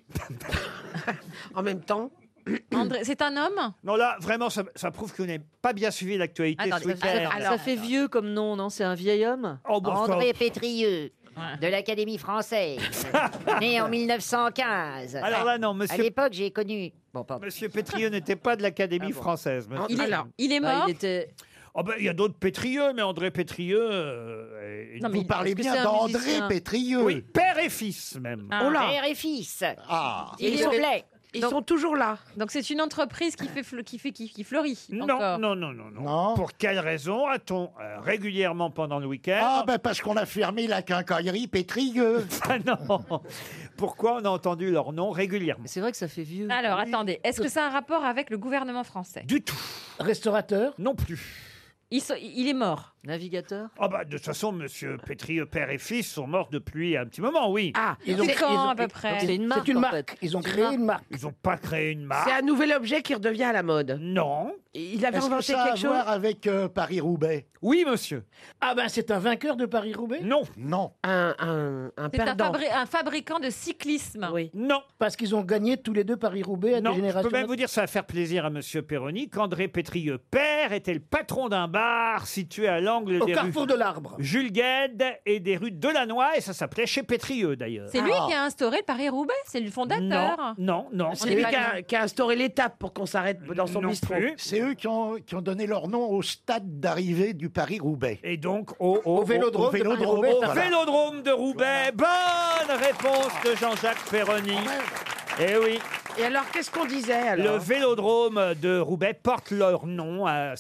En même temps, André, c'est un homme? Non, là vraiment, ça, ça prouve que vous n'avez pas bien suivi l'actualité Attendez, ce week-end. alors- Ça fait vieux comme nom, non? C'est un vieil homme? Oh, bon, André Pétrieux, Ouais. de l'Académie française, né en mille neuf cent quinze. Alors là, non, À monsieur, l'époque, j'ai connu. Bon, pardon. monsieur Pétrieux n'était pas de l'Académie Ah bon. française. monsieur. Il est, Alors, il est Bah, mort? il était. Oh ben, il y a d'autres Pétrieux, mais André Pétrieux... euh, est- Non, mais Vous parlez est-ce que bien c'est un d'André musicien Pétrieux. Oui, père et fils même. Ah. oh là, Père et fils. Ah, S'il Il vous est- plaît. ils Donc- sont toujours là. Donc c'est une entreprise qui fait fle- qui fait qui, qui fleurit. Non, encore. non, non, non, non. Non. Pour quelle raison a-t-on euh, régulièrement pendant le week-end ah ben parce qu'on a fermé la quincaillerie Pétrieux. Ah non. Pourquoi on a entendu leur nom régulièrement? Mais c'est vrai que ça fait vieux. Alors attendez, est-ce que ça a un rapport avec le gouvernement français? Du tout. Restaurateur. Non plus. Il, so- il est mort. Navigateur? Ah bah, de toute façon, monsieur Pétrieux, père et fils, sont morts depuis un petit moment, oui. Ah, Ils ont- C'est quand ils ont- à peu près? C'est une marque. C'est une en marque. fait. Ils ont C'est une créé marque. une marque. Ils n'ont pas créé une marque. c'est un nouvel objet qui redevient à la mode. Non. Il avait Est-ce que inventé ça a à quelque chose. voir avec euh, Paris-Roubaix? Oui, monsieur. Ah ben c'est un vainqueur de Paris-Roubaix. Non. Non. Un, un, un C'est un, perdant. fabri- un fabricant de cyclisme. Oui. Non. Parce qu'ils ont gagné tous les deux Paris-Roubaix à Non, des je générations. peux même vous dire, ça va faire plaisir à monsieur Perroni, qu'André Pétrieux, père, était le patron d'un bar situé à l'angle Au des rues carrefour de l'Arbre. Jules Guesde et des rues Delannoy, et ça s'appelait chez Pétrieux, d'ailleurs. C'est lui Ah. qui a instauré le Paris-Roubaix. C'est le Non, fondateur. non, non. C'est lui pas qui a, qui a instauré l'étape pour qu'on s'arrête dans son non bistrot. plus. C'est eux qui ont, qui ont donné leur nom au stade d'arrivée du Paris-Roubaix. Et donc au, au, Au vélodrome au de vélodrome, Paris-Roubaix. au ça va. vélodrome de Roubaix. Bonne réponse de Jean-Jacques Perroni. Eh oui, Et alors, qu'est-ce qu'on disait le alors vélodrome de Roubaix porte leur nom. euh, C'est vrai que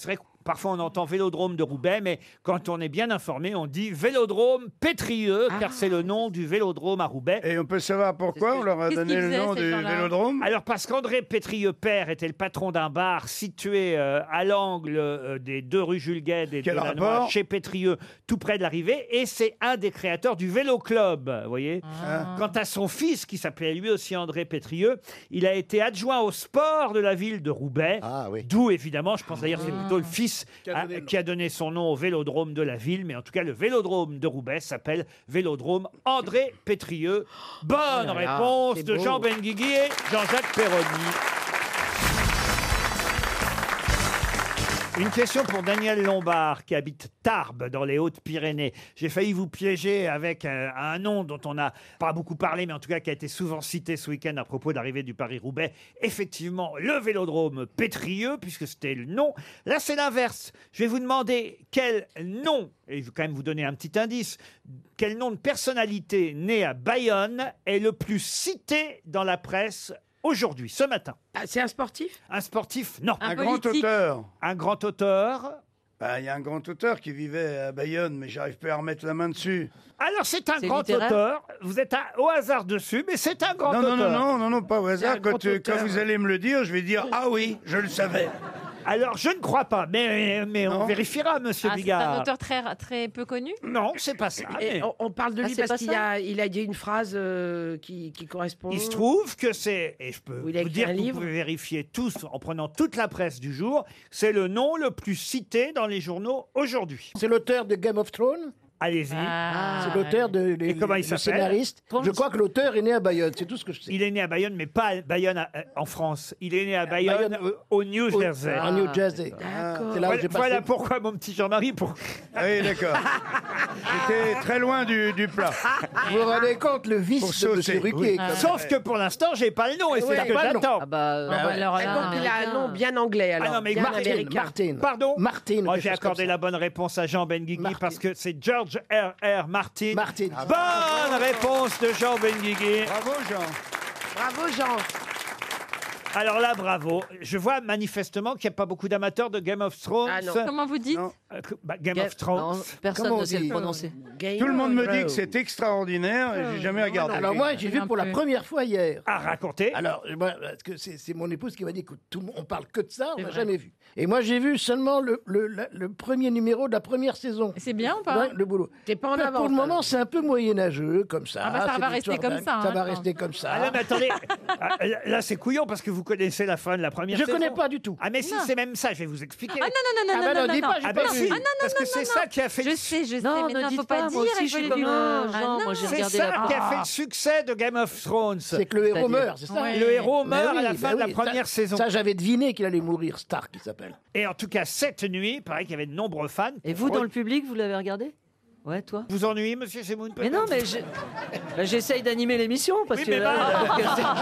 Parfois, on entend Vélodrome de Roubaix, mais quand on est bien informé, on dit Vélodrome Pétrieux, car c'est le nom du Vélodrome à Roubaix. Et on peut savoir pourquoi on leur a Qu'est-ce donné qu'ils le faisaient, nom ces du gens-là Vélodrome. Alors, parce qu'André Pétrieux père était le patron d'un bar situé euh, à l'angle euh, des deux rues Jules Guesde et Quel de la rapport Noix, chez Pétrieux, tout près de l'arrivée, et c'est un des créateurs du Vélo Club, vous voyez. Ah. Quant à son fils, qui s'appelait lui aussi André Pétrieux, il a été adjoint au sport de la ville de Roubaix, Ah oui. d'où évidemment, je pense d'ailleurs c'est plutôt le fils Qui a hein, donné le nom. qui a donné son nom au Vélodrome de la ville, mais en tout cas le Vélodrome de Roubaix s'appelle Vélodrome André Pétrieux. Bonne là là, réponse c'est de beau. Jean Benguigui et Jean-Jacques Perroni. Une question pour Daniel Lombard qui habite Tarbes dans les Hautes-Pyrénées. J'ai failli vous piéger avec un, un nom dont on n'a pas beaucoup parlé, mais en tout cas qui a été souvent cité ce week-end à propos de l'arrivée du Paris-Roubaix. Effectivement, le Vélodrome Pétrieux, puisque c'était le nom. Là, c'est l'inverse. Je vais vous demander quel nom, et je vais quand même vous donner un petit indice, quel nom de personnalité née à Bayonne est le plus cité dans la presse aujourd'hui, ce matin. Ah, c'est un sportif? Un sportif, non. Un Un grand politique. auteur. Un grand auteur. Bah, il y a un grand auteur qui vivait à Bayonne, mais j'arrive pas à remettre la main dessus. Alors, c'est un C'est grand littéraire auteur. Vous êtes à- au hasard dessus, mais c'est un grand Non, non, auteur. non, non, non, non, pas au un hasard. grand Quand, euh, auteur. quand vous allez me le dire, je vais dire ah oui, je le savais. Alors, je ne crois pas, mais, mais on Non. vérifiera, monsieur Ah, c'est Bigard. un auteur très, très peu connu. Non, c'est pas ça. Et mais on, on parle de Ah, lui c'est pas parce qu'il ça a, il a dit une phrase euh, qui, qui correspond. Il se trouve que c'est, et je peux Ou il a vous écrit dire un que vous livre. pouvez vérifier tous en prenant toute la presse du jour, c'est le nom le plus cité dans les journaux aujourd'hui. C'est l'auteur de Game of Thrones. Allez-y. Ah, C'est l'auteur de les- Et comment il le s'appelle scénariste. Comment Je il crois que l'auteur est né à Bayonne. C'est tout ce que je sais. Il est né à Bayonne, mais pas à Bayonne à- en France. Il est né à Bayonne, Bayonne, euh, au New Au- Jersey. En New Jersey. D'accord. C'est là où Voilà, j'ai passé. voilà pourquoi mon petit Jean-Marie, pour... Ah oui, d'accord. J'étais très loin du, du plat. Vous vous rendez compte le vice Pour de sauter, M. Ruquier. oui. quand même. Sauf que pour l'instant, j'ai pas le nom et c'est Oui, ce que pas le nom. j'attends. Ah bah, euh, Ah, bah, alors Par là, contre, il a un nom bien anglais, alors. Ah non, mais bien Martin, américain. Martin. Pardon Martin. Moi, quelque j'ai chose comme accordé ça. la bonne réponse à Jean Benguigui Martin. parce que c'est George R. R. Martin. Martin. Bonne réponse de Jean Benguigui. Bravo, Jean. Bravo, Jean. Alors là, bravo. Je vois manifestement qu'il n'y a pas beaucoup d'amateurs de Game of Thrones. Ah non. Comment vous dites? Non. Euh, que- bah, Game Ga- of Thrones. non, personne Comment ne on sait dit le prononcer. Game Tout le monde me of dit que Thrones. c'est extraordinaire et j'ai jamais regardé. Alors moi, j'ai vu Non pour la plus. première fois hier. À raconter. Alors, moi, parce que c'est c'est mon épouse qui m'a dit que tout le monde, on parle que de ça, on C'est n'a vrai. jamais vu. Et moi, j'ai vu seulement le, le, la- le premier numéro de la première saison. C'est bien ou pas? Ouais, le boulot. T'es pas en Pour- avance. Pour le moment, alors. c'est un peu moyenâgeux, comme ça. Ah bah, ça c'est va des rester histoires comme dingues. ça, Ça hein, va je rester comme ça. Ah non, mais attendez. Ah, là, là, c'est couillon parce que vous connaissez la fin de la première Je saison. connais pas du tout. Ah mais si, Non. c'est même ça, je vais vous expliquer. Ah non, non, non, Ah non, bah non, non, non, dis non. pas, j'ai Ah pas ben vu. si, parce que c'est ça qui a fait Je le sais, je sais, Non, mais ne non, dites faut pas, pas moi dire. aussi, il je faut suis les comme dire. euh, Ah Jean, non. moi j'ai C'est regardé ça la... qui a fait le succès de Game of Thrones. C'est que le héros C'est-à-dire meurt, c'est ça Ouais. Le héros Bah meurt à oui, la bah fin de la oui. première Ça- saison. Ça, j'avais deviné qu'il allait mourir, Stark, il s'appelle. Et en tout cas, cette nuit, il paraît qu'il y avait de nombreux fans. Et vous, dans le public, vous l'avez regardé? Ouais, toi? Vous ennuyez, monsieur Semoun? Mais non, mais j'ai- bah, j'essaye d'animer l'émission parce Oui, que. mais là, bah-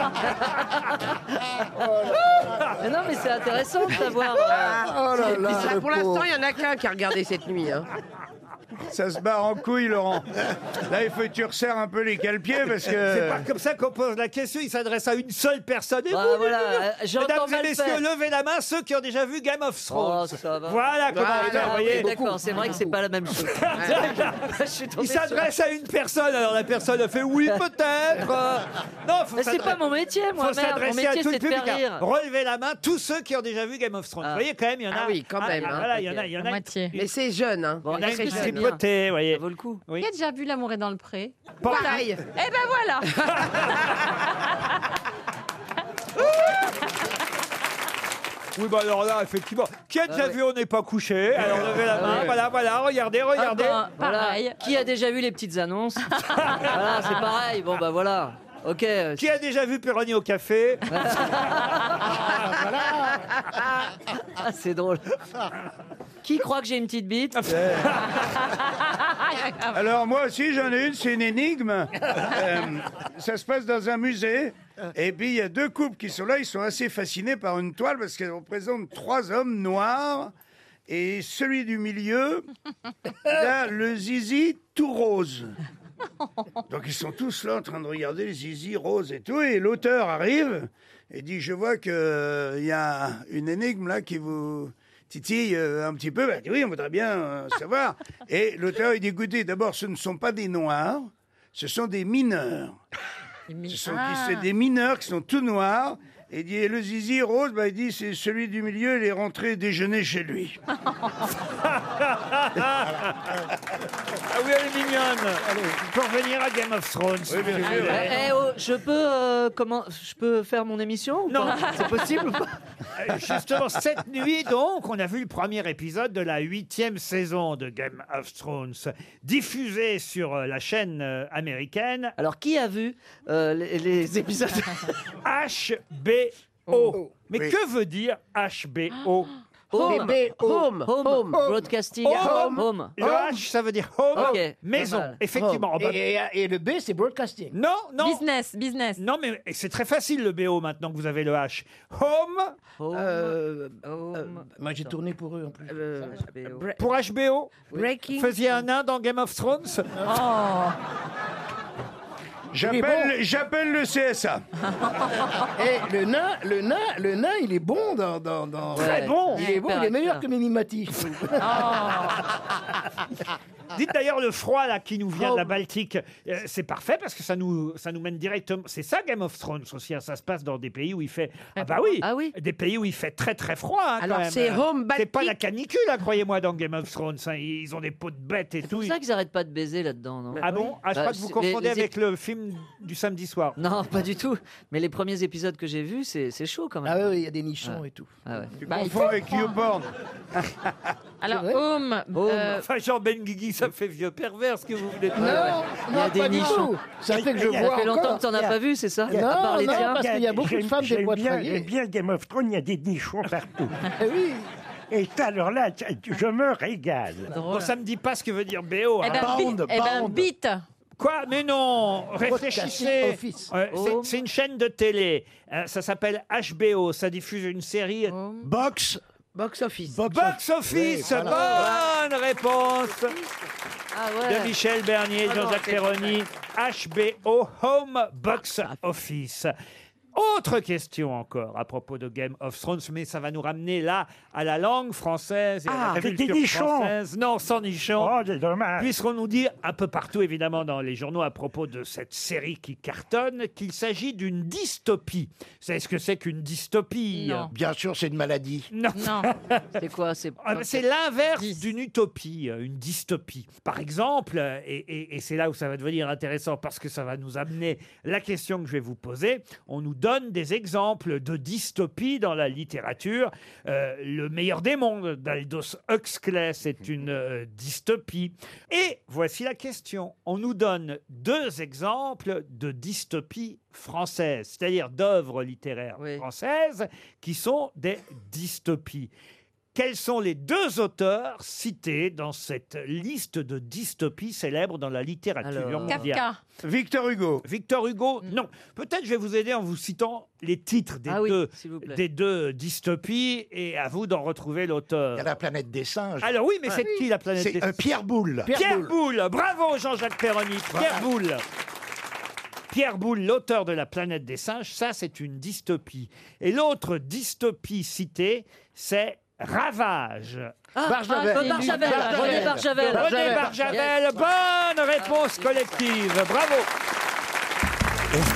mais non, mais c'est intéressant de savoir. euh, Oh là là, Ça, le pour pauvre. l'instant, il y en a qu'un qui a regardé cette nuit. Hein. Ça se barre en couille, Laurent. Là, il faut que tu resserres un peu les cale-pieds parce C'est que. pas comme ça qu'on pose la question, il s'adresse à une seule personne. Et Bah, vous, voilà, vous, vous. euh, j'ai Mesdames encore et mal messieurs, fait. levez la main ceux qui ont déjà vu Game of Thrones. Oh, ça va. Voilà comment Ah, il est, Ah, vous oui, voyez. d'accord, c'est vrai que c'est pas la même chose. Je suis tombé Il sur- s'adresse à une personne, alors la personne a fait oui, peut-être. Euh, Non, faut Mais c'est s'adresser- pas mon métier, moi, faut merde. Mon s'adresser à métier, tout le c'est de public. faire rire. Relevez la main, tous ceux qui ont déjà vu Game of Thrones. Ah. Vous voyez, quand même, il y en a. Ah oui, quand même, hein. Voilà, il y en a, Ok. il y en La a. moitié. Mais c'est jeune. Hein. Bon, Il y en a est-ce une que qui c'est s'est bien? potée, vous voyez. Ça vaut le coup. Oui. Qui a déjà vu L'amour est dans le pré? Pareil. Eh ben voilà. Oui, bah alors là, effectivement. Qui a déjà vu On n'est pas couché? Alors levez la main. Voilà, voilà, regardez, regardez. Ah ben, voilà. Pareil. Qui a déjà vu les petites annonces? Voilà, c'est pareil. Bon, bah voilà. Ok. euh, Qui a déjà vu Péroni au café? Ah, c'est drôle. Qui croit que j'ai une petite bite? Alors, moi aussi, j'en ai une, c'est une énigme. Euh, ça se passe dans un musée. Et puis, il y a deux couples qui sont là. Ils sont assez fascinés par une toile parce qu'elle représente trois hommes noirs. Et celui du milieu, il a le zizi tout rose. Donc, ils sont tous là en train de regarder les zizi roses et tout. Et l'auteur arrive et dit, je vois qu'il y a une énigme là qui vous titille euh, un petit peu. Ben, elle dit, oui, on voudrait bien euh, savoir. Et l'auteur, il dit, écoutez, d'abord, ce ne sont pas des noirs, ce sont des mineurs. Ce sont Ah. c'est des mineurs qui sont tout noirs. Et il dit, et le zizi rose, bah, il dit, c'est celui du milieu, il est rentré déjeuner chez lui. Ah oui, elle est mignonne. Pour revenir à Game of Thrones. si vous Eh, voulez. eh, oh, je peux euh, comment je peux faire mon émission ou Non. pas C'est possible ou pas Euh, Justement, cette nuit, donc, on a vu le premier épisode de la huitième saison de Game of Thrones, diffusé sur euh, la chaîne euh, américaine Alors qui a vu euh, les, les épisodes H B O. Mais Oui. que veut dire H B O? Home, Home, home, home. broadcasting, Home. home. Le H, ça veut dire home, Ok, maison. pas mal. Effectivement. Oh, bah, Et, et- et le B, c'est broadcasting. non, non. Business, business. Non, mais c'est très facile le B O maintenant que vous avez le H. Home Home, Euh, home. Moi, j'ai tourné pour eux en plus. euh, bre- pour H B O. breaking. Vous faisiez un nain dans Game of Thrones. Oh. J'appelle, j'appelle le C S A. Et le nain, le nain, le nain, il est bon dans. dans, dans- Ouais. Très bon. Il est bon, il est meilleur que Mimi Mati. je trouve. Dites d'ailleurs le froid là qui nous vient de la Baltique, euh, c'est parfait parce que ça nous ça nous mène directement. C'est ça Game of Thrones aussi. Hein, ça se passe dans des pays où il fait ah bah oui, Ah oui. des pays où il fait très très froid. Hein, quand Alors, même. c'est home C'est pas Baltique. la canicule, hein, croyez-moi, dans Game of Thrones. Hein. Ils ont des peaux de bêtes et C'est tout. pour ça qu'ils arrêtent pas de baiser là-dedans, non Ah bon Ah, je Bah, crois que vous c'est- confondez les- les avec le film du samedi soir. Non, pas du tout. Mais les premiers épisodes que j'ai vus, c'est c'est chaud quand même. Ah oui, il y a des nichons et tout. Ah ouais. Tu Bah, il confonds faut avec YouPorn. Alors, vrai home. euh, Enfin, Jean Benguigui, ça me fait vieux pervers ce que vous voulez dire. Non, Il y a non, des pas du nichons. tout. Ça fait que je Il y a- vois Ça fait longtemps encore. que t'en as pas vu, c'est ça Non, À part les non, tiens parce qu'il y a beaucoup de J'aime- femmes des j'aime bien, poitraliers. j'aime bien Game of Thrones, il y a des nichons partout. Eh oui. Et ça, alors là, je me régale. Bon, ça me dit pas ce que veut dire B O. Eh hein. ben, Bound, bi- eh ben, bound. beat. Quoi? Mais non! Réfléchissez! Office. Ouais, c'est- Oh. c'est une chaîne de télé. Euh, ça s'appelle H B O. Ça diffuse une série. Box, Box office. box, Box Office! Oui, voilà. Bonne réponse Ah de ouais. Michel Bernier et Ah non, Jean-Jacques c'est Perroni. H B O Home Box Office. Autre question encore à propos de Game of Thrones, mais ça va nous ramener là à la langue française et à Ah, la avec culture des nichons. française. Non, sans nichons. Oh, c'est dommage. Puisqu'on nous dit un peu partout, évidemment, dans les journaux à propos de cette série qui cartonne, qu'il s'agit d'une dystopie. Vous savez ce que c'est qu'une dystopie? Non. Bien sûr, c'est une maladie. Non. Non. C'est quoi C'est Ah, mais c'est l'inverse d'une utopie, euh, une dystopie. Par exemple, euh, et, et- et c'est là où ça va devenir intéressant parce que ça va nous amener la question que je vais vous poser. On nous donne des exemples de dystopie dans la littérature. Euh, le meilleur des mondes d'Aldous Huxley, c'est une euh, dystopie. Et voici la question. On nous donne deux exemples de dystopie française, c'est-à-dire d'œuvres littéraires Oui. françaises qui sont des dystopies. Quels sont les deux auteurs cités dans cette liste de dystopies célèbres dans la littérature Alors. mondiale? Kafka. Victor Hugo. Victor Hugo, non. Peut-être je vais vous aider en vous citant les titres des, Ah oui, deux, s'il vous plaît. des deux dystopies et à vous d'en retrouver l'auteur. Il y a la planète des singes. Alors oui, mais c'est qui la planète C'est des... euh, Pierre Boulle. Pierre, Boulle. Bravo Jean-Jacques Perroni. Pierre Boulle. Pierre Boulle, l'auteur de La planète des singes, ça c'est une dystopie. Et l'autre dystopie citée, c'est Ravage. Ah, Barjavel. ah, Barjavel. René Barjavel. René Barjavel, bonne réponse collective. Bravo. R T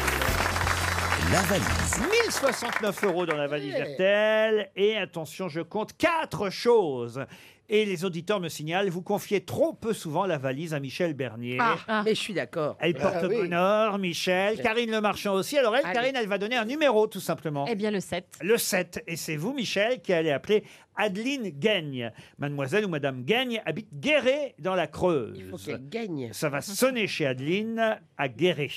L, la valise. mille soixante-neuf euros dans la valise R T L. Et attention, je compte quatre choses. Et les auditeurs me signalent, vous confiez trop peu souvent la valise à Michel Bernier. Ah, mais je suis d'accord. Elle porte Ah oui. bonheur, Michel. Karine Le Marchand aussi. Alors elle, Allez. Karine, elle va donner un numéro, tout simplement. Eh bien, le sept. Le sept. Et c'est vous, Michel, qui allez appeler Adeline Gaigne. Mademoiselle ou Madame Gaigne habite Guéret dans la Creuse. Il faut qu'elle gagne. Ça va sonner chez Adeline à Guéret.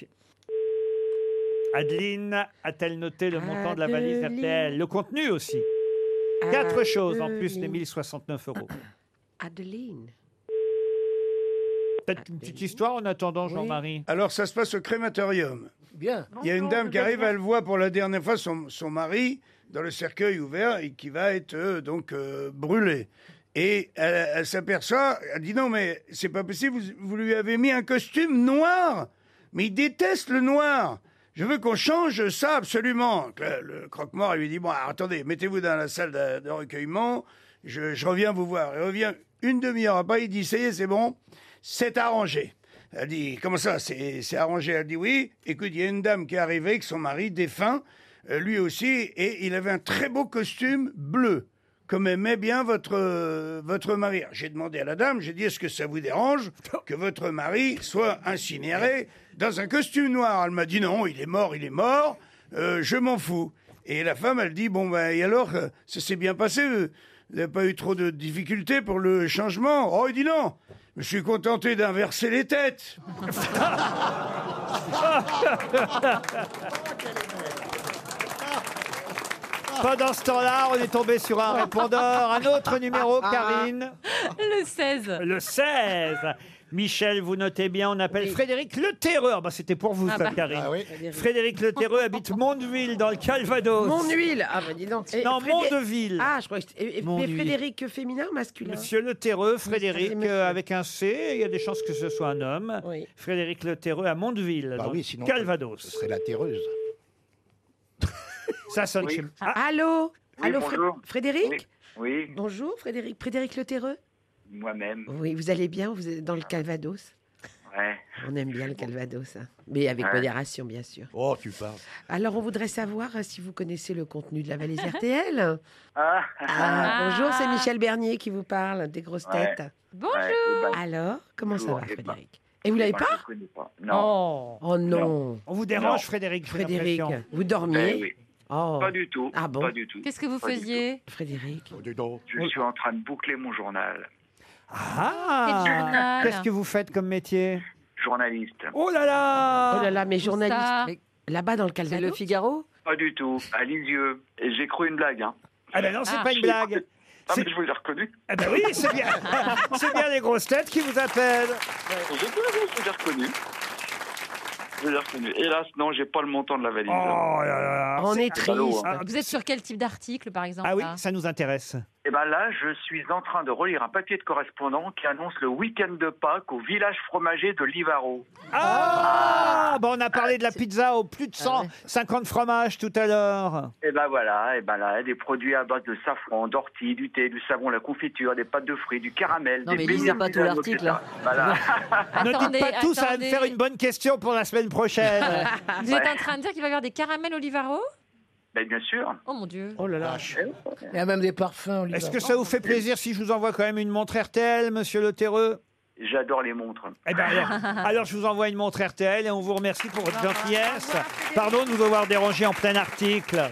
Adeline a-t-elle noté le montant de la valise R T L? Le contenu aussi. Quatre choses en plus des mille soixante-neuf euros. Adeline. Peut-être une petite histoire en attendant, Jean-Marie. Alors, ça se passe au crématorium. Bien. Il y a une dame qui arrive, elle voit pour la dernière fois son, son mari dans le cercueil ouvert et qui va être euh, donc euh, brûlé. Et elle, elle s'aperçoit, elle dit non mais c'est pas possible, vous, vous lui avez mis un costume noir, mais il déteste le noir. je veux qu'on change ça absolument. Le, le croque-mort lui dit, bon, alors, attendez, mettez-vous dans la salle de, de recueillement, je, je reviens vous voir. Il revient une demi-heure après, il dit, ça y est, c'est bon, c'est arrangé. Elle dit, comment ça, c'est, c'est arrangé? Elle dit, oui, écoute, il y a une dame qui est arrivée avec son mari défunt, euh, lui aussi, et il avait un très beau costume bleu, comme aimait bien votre, euh, votre mari. J'ai demandé à la dame, j'ai dit, est-ce que ça vous dérange que votre mari soit incinéré dans un costume noir? Elle m'a dit, non, il est mort, il est mort, euh, je m'en fous. Et la femme, elle dit, bon, ben, et alors, euh, ça s'est bien passé, vous n'avez pas eu trop de difficultés pour le changement? Oh, il dit non, je me suis contenté d'inverser les têtes. Pendant ce temps-là, on est tombé sur un répondeur. Un autre numéro, Karine. Le seize. Le seize. Michel, vous notez bien, on appelle Frédéric Le Terreux. Ah bah, c'était pour vous, Ah ça, bah. Karine. Ah oui. Frédéric Le Terreux habite Mondeville, dans le Calvados. Mondeville. Ah bah dis donc. Et Non, Frédé- Mondeville. Ah, je crois que c'était... et- et- Mais Mondeville. Frédéric féminin ou masculin? Monsieur Le Terreux, c'est Frédéric, monsieur. euh, avec un C, il y a des chances que ce soit un homme. Frédéric Le Terreux à Mondeville, Bah dans oui, le sinon, Calvados. Ce serait la terreuse. Ça sonne chez moi. Ah, allô Oui, Allô, Fré- bonjour. Frédéric Oui, Bonjour, Frédéric. Frédéric Le Terreux? moi-même. Oui, vous allez bien? Vous êtes dans le Calvados? Ouais. On aime bien le Calvados, hein. Mais avec Ouais. modération, bien sûr. Oh, tu parles. Alors, on voudrait savoir euh, si vous connaissez le contenu de la valise R T L. Ah, Ah, bonjour, c'est Michel Bernier qui vous parle, des grosses Ouais. têtes. Bonjour. Ouais, eh ben, Alors, comment ça bonjour, va, eh ben, Frédéric? Et vous l'avez moi, pas? je connais pas. Non. Oh, Oh non. on vous dérange, Non. Frédéric, j'ai Frédéric, l'impression. vous dormiez? Eh oui. Oh. Pas du tout. Ah bon? Pas du tout. Qu'est-ce que vous Pas du faisiez? Frédéric. Oh, dis donc. Je suis en train de boucler mon journal. Ah, Quel journal? qu'est-ce que vous faites comme métier? Journaliste. Oh là là Oh là là, mais Où ça? journaliste. Mais Là-bas dans le c'est Calvados? le Figaro? Pas du tout. À Lisieux. Et j'ai cru une blague, hein. Ah ben non, c'est Ah. pas une blague. Ah, C'est- mais je vous ai reconnu. Ah ben oui, c'est bien. C'est bien les grosses têtes qui vous appellent. J'ai je vous ai reconnu. Je vous ai reconnu. Hélas, non, j'ai pas le montant de la valise. Oh là là. On C'est- est triste. ballot, Ah, Vous êtes sur quel type d'article, par exemple Ah oui, là ça nous intéresse. Et ben là, je suis en train de relire un papier de correspondant qui annonce le week-end de Pâques au village fromager de Livaro. Ah, bon, on a parlé de la pizza au plus de Ah cent cinquante fromages tout à l'heure. Et ben voilà, et ben là, des produits à base de safran, d'ortie, du thé, du savon, la confiture, des pâtes de fruits, du caramel, Non, des mais beignets lisez pas tout pisanos, l'article, et cetera. Voilà. Ne Attendez, dites pas tout, ça va me attendez. faire une bonne question pour la semaine prochaine. Vous êtes en train de dire qu'il va y avoir des caramels Olivaro? Ben bien sûr. Oh mon Dieu. Oh là là. Il y a même des parfums, Olivier. Est-ce que ça vous fait plaisir si je vous envoie quand même une montre R T L, monsieur Le Terreux? J'adore les montres. Eh ben alors, alors, je vous envoie une montre R T L et on vous remercie pour votre gentillesse. Pardon de vous avoir dérangé en plein article.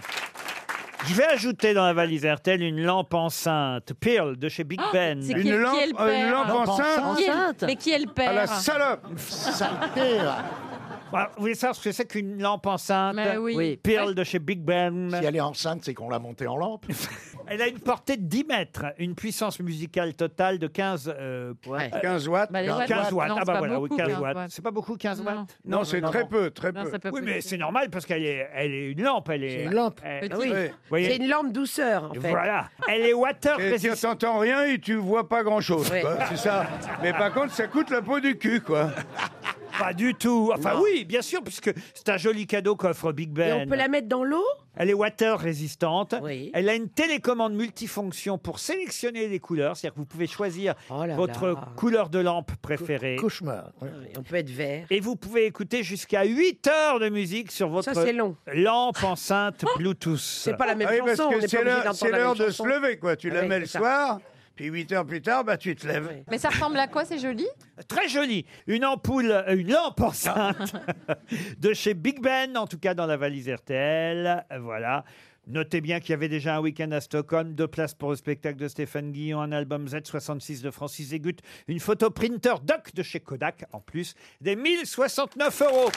Je vais ajouter dans la valise R T L une lampe enceinte Pearl de chez Big Ben. C'est qui, Une qui est lampe, le père? une lampe enceinte Qui est le- Enceinte. Mais qui est le à père? la salope. Saleté, là. Voilà, vous voulez savoir ce que c'est qu'une lampe enceinte Mais oui. Oui. Pearl de chez Big Ben. Si elle est enceinte, c'est qu'on l'a montée en lampe. Elle a une portée de dix mètres, une puissance musicale totale de quinze, euh, Ouais. quinze watts. Bah, les watts, quinze watts. non, ah c'est bah pas voilà, oui, beaucoup, quinze quinze watts. watts. C'est pas beaucoup quinze Non. watts? Non, c'est très peu, très Non, peu. ça peut Oui, plus. mais c'est normal parce qu'elle est, elle est une lampe. Elle est, C'est une lampe. elle- Petit. Oui. Oui. vous voyez, C'est une lampe douceur, en fait. voilà. Elle est water Et tu résistante. n'entends rien et tu vois pas grand-chose. Ouais. quoi. C'est ça. Mais par contre, ça coûte la peau du cul, quoi. Pas du tout. Enfin oui, bien sûr, puisque c'est un joli cadeau qu'offre Big Et Ben. on peut la mettre dans l'eau? Elle est water résistante. Oui. Elle a une télécommande multifonction pour sélectionner les couleurs. C'est-à-dire que vous pouvez choisir Oh là votre là. couleur de lampe préférée. Cauchemar. ouais. Oui, on peut être vert. Et vous pouvez écouter jusqu'à huit heures de musique sur votre Ça, c'est long. lampe enceinte Bluetooth. C'est pas la même Ah oui, parce chanson. on que n'est c'est pas obligé l'heure, d'entendre c'est la même l'heure de chanson. se lever, quoi. Tu Ah la oui, mets c'est le ça. soir, puis huit heures plus tard, bah, tu te lèves. Mais ça ressemble à quoi? C'est joli. Très jolie. Une ampoule, euh, une lampe enceinte de chez Big Ben, en tout cas dans la valise R T L. Voilà. Notez bien qu'il y avait déjà un week-end à Stockholm, deux places pour le spectacle de Stéphane Guillon, un album Z soixante-six de Francis Egut, une photo printer Doc de chez Kodak, en plus des mille soixante-neuf euros.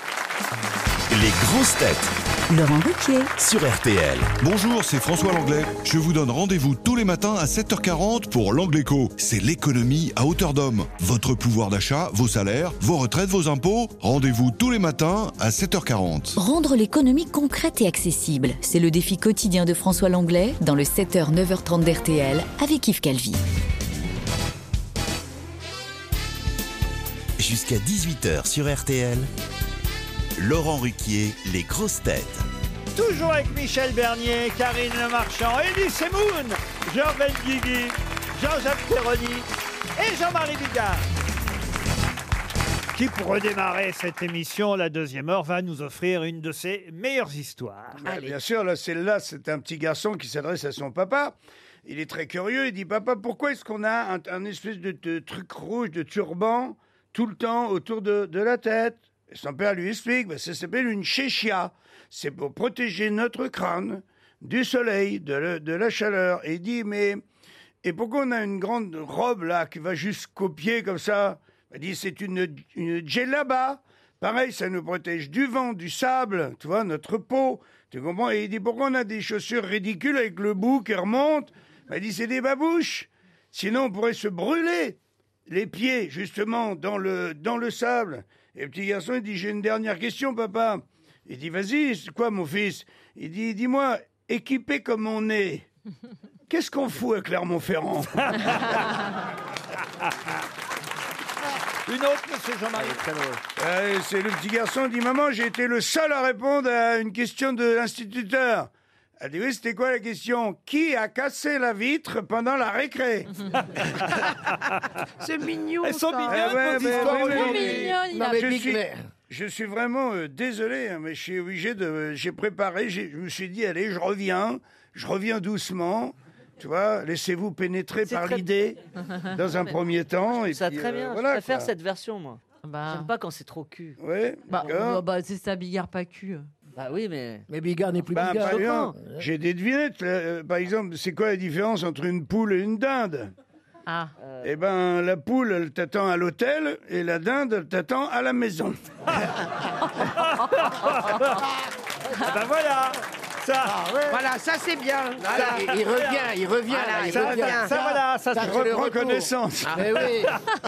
Les grosses têtes Laurent Ruquier. sur R T L. Bonjour, c'est François Langlais. Je vous donne rendez-vous tous les matins à sept heures quarante pour l'Angléco. C'est l'économie à hauteur d'homme. Votre pouvoir d'achat, vos salaires, vos retraites, vos impôts. Rendez-vous tous les matins à sept heures quarante. Rendre l'économie concrète et accessible, c'est le défi quotidien de François Langlais dans le sept heures neuf heures trente d'R T L avec Yves Calvi. Jusqu'à dix-huit heures sur R T L. Laurent Ruquier, les grosses têtes. Toujours avec Michel Bernier, Karine Le Marchand, Elie Semoun, Jean Benguigui, Jean-Jacques Perroni et Jean-Marie Bigard. Qui, pour redémarrer cette émission, la deuxième heure, va nous offrir une de ses meilleures histoires. Ah, bien sûr, là, celle-là, c'est un petit garçon qui s'adresse à son papa. Il est très curieux, il dit « Papa, pourquoi est-ce qu'on a un, un espèce de, de truc rouge, de turban, tout le temps autour de, de la tête ?» Et son père lui explique bah, « Ça s'appelle une chéchia. C'est pour protéger notre crâne du soleil, de, le, de la chaleur. » Et il dit « Mais et pourquoi on a une grande robe, là, qui va jusqu'aux pieds, comme ça ?» Il dit, c'est une, une djellaba. Pareil, ça nous protège du vent, du sable, tu vois, notre peau. Tu comprends? Et il dit, pourquoi on a des chaussures ridicules avec le bout qui remonte? Il dit, c'est des babouches. Sinon, on pourrait se brûler les pieds, justement, dans le, dans le sable. Et le petit garçon, il dit, j'ai une dernière question, papa. Il dit, vas-y, c'est quoi, mon fils? Il dit, dis-moi, équipé comme on est, qu'est-ce qu'on fout à Clermont-Ferrand? Une autre, monsieur Jean-Marie. Euh, c'est le petit garçon qui dit « Maman, j'ai été le seul à répondre à une question de l'instituteur. » Elle dit « Oui, c'était quoi la question? Qui a cassé la vitre pendant la récré ?» C'est mignon. Elles sont ça. mignonnes, Eh ouais, vos mais- histoires, mais- Olivier. mais- Mignonne, il Non, a- mais mais je, Big suis, Mère. je suis vraiment euh, désolé, hein, mais je suis obligé de... J'ai préparé, j'ai- je me suis dit, allez, je reviens, je reviens doucement. Tu vois, laissez-vous pénétrer C'est par très- l'idée dans un premier temps. Et Ça puis, très euh, bien. voilà, je préfère quoi. cette version, moi. Bah, J'aime pas quand c'est trop cul. Ouais, bah, d'accord. bah, bah, c'est ça, Bigard pas cul. Bah oui, mais. Mais Bigard n'est plus Bah, Bigard. par exemple, j'ai des devinettes. là. Euh, par exemple, c'est quoi la différence entre une poule et une dinde? Ah. Eh ben, la poule, elle t'attend à l'hôtel et la dinde, elle t'attend à la maison. Ah ben voilà, ça, Voilà, ça c'est bien. Voilà. Il, il revient, il revient, Voilà, là, il ça, revient. ça, ça, voilà, ça, Ça, c'est c'est le repre- retour. Reconnaissance. Mais oui.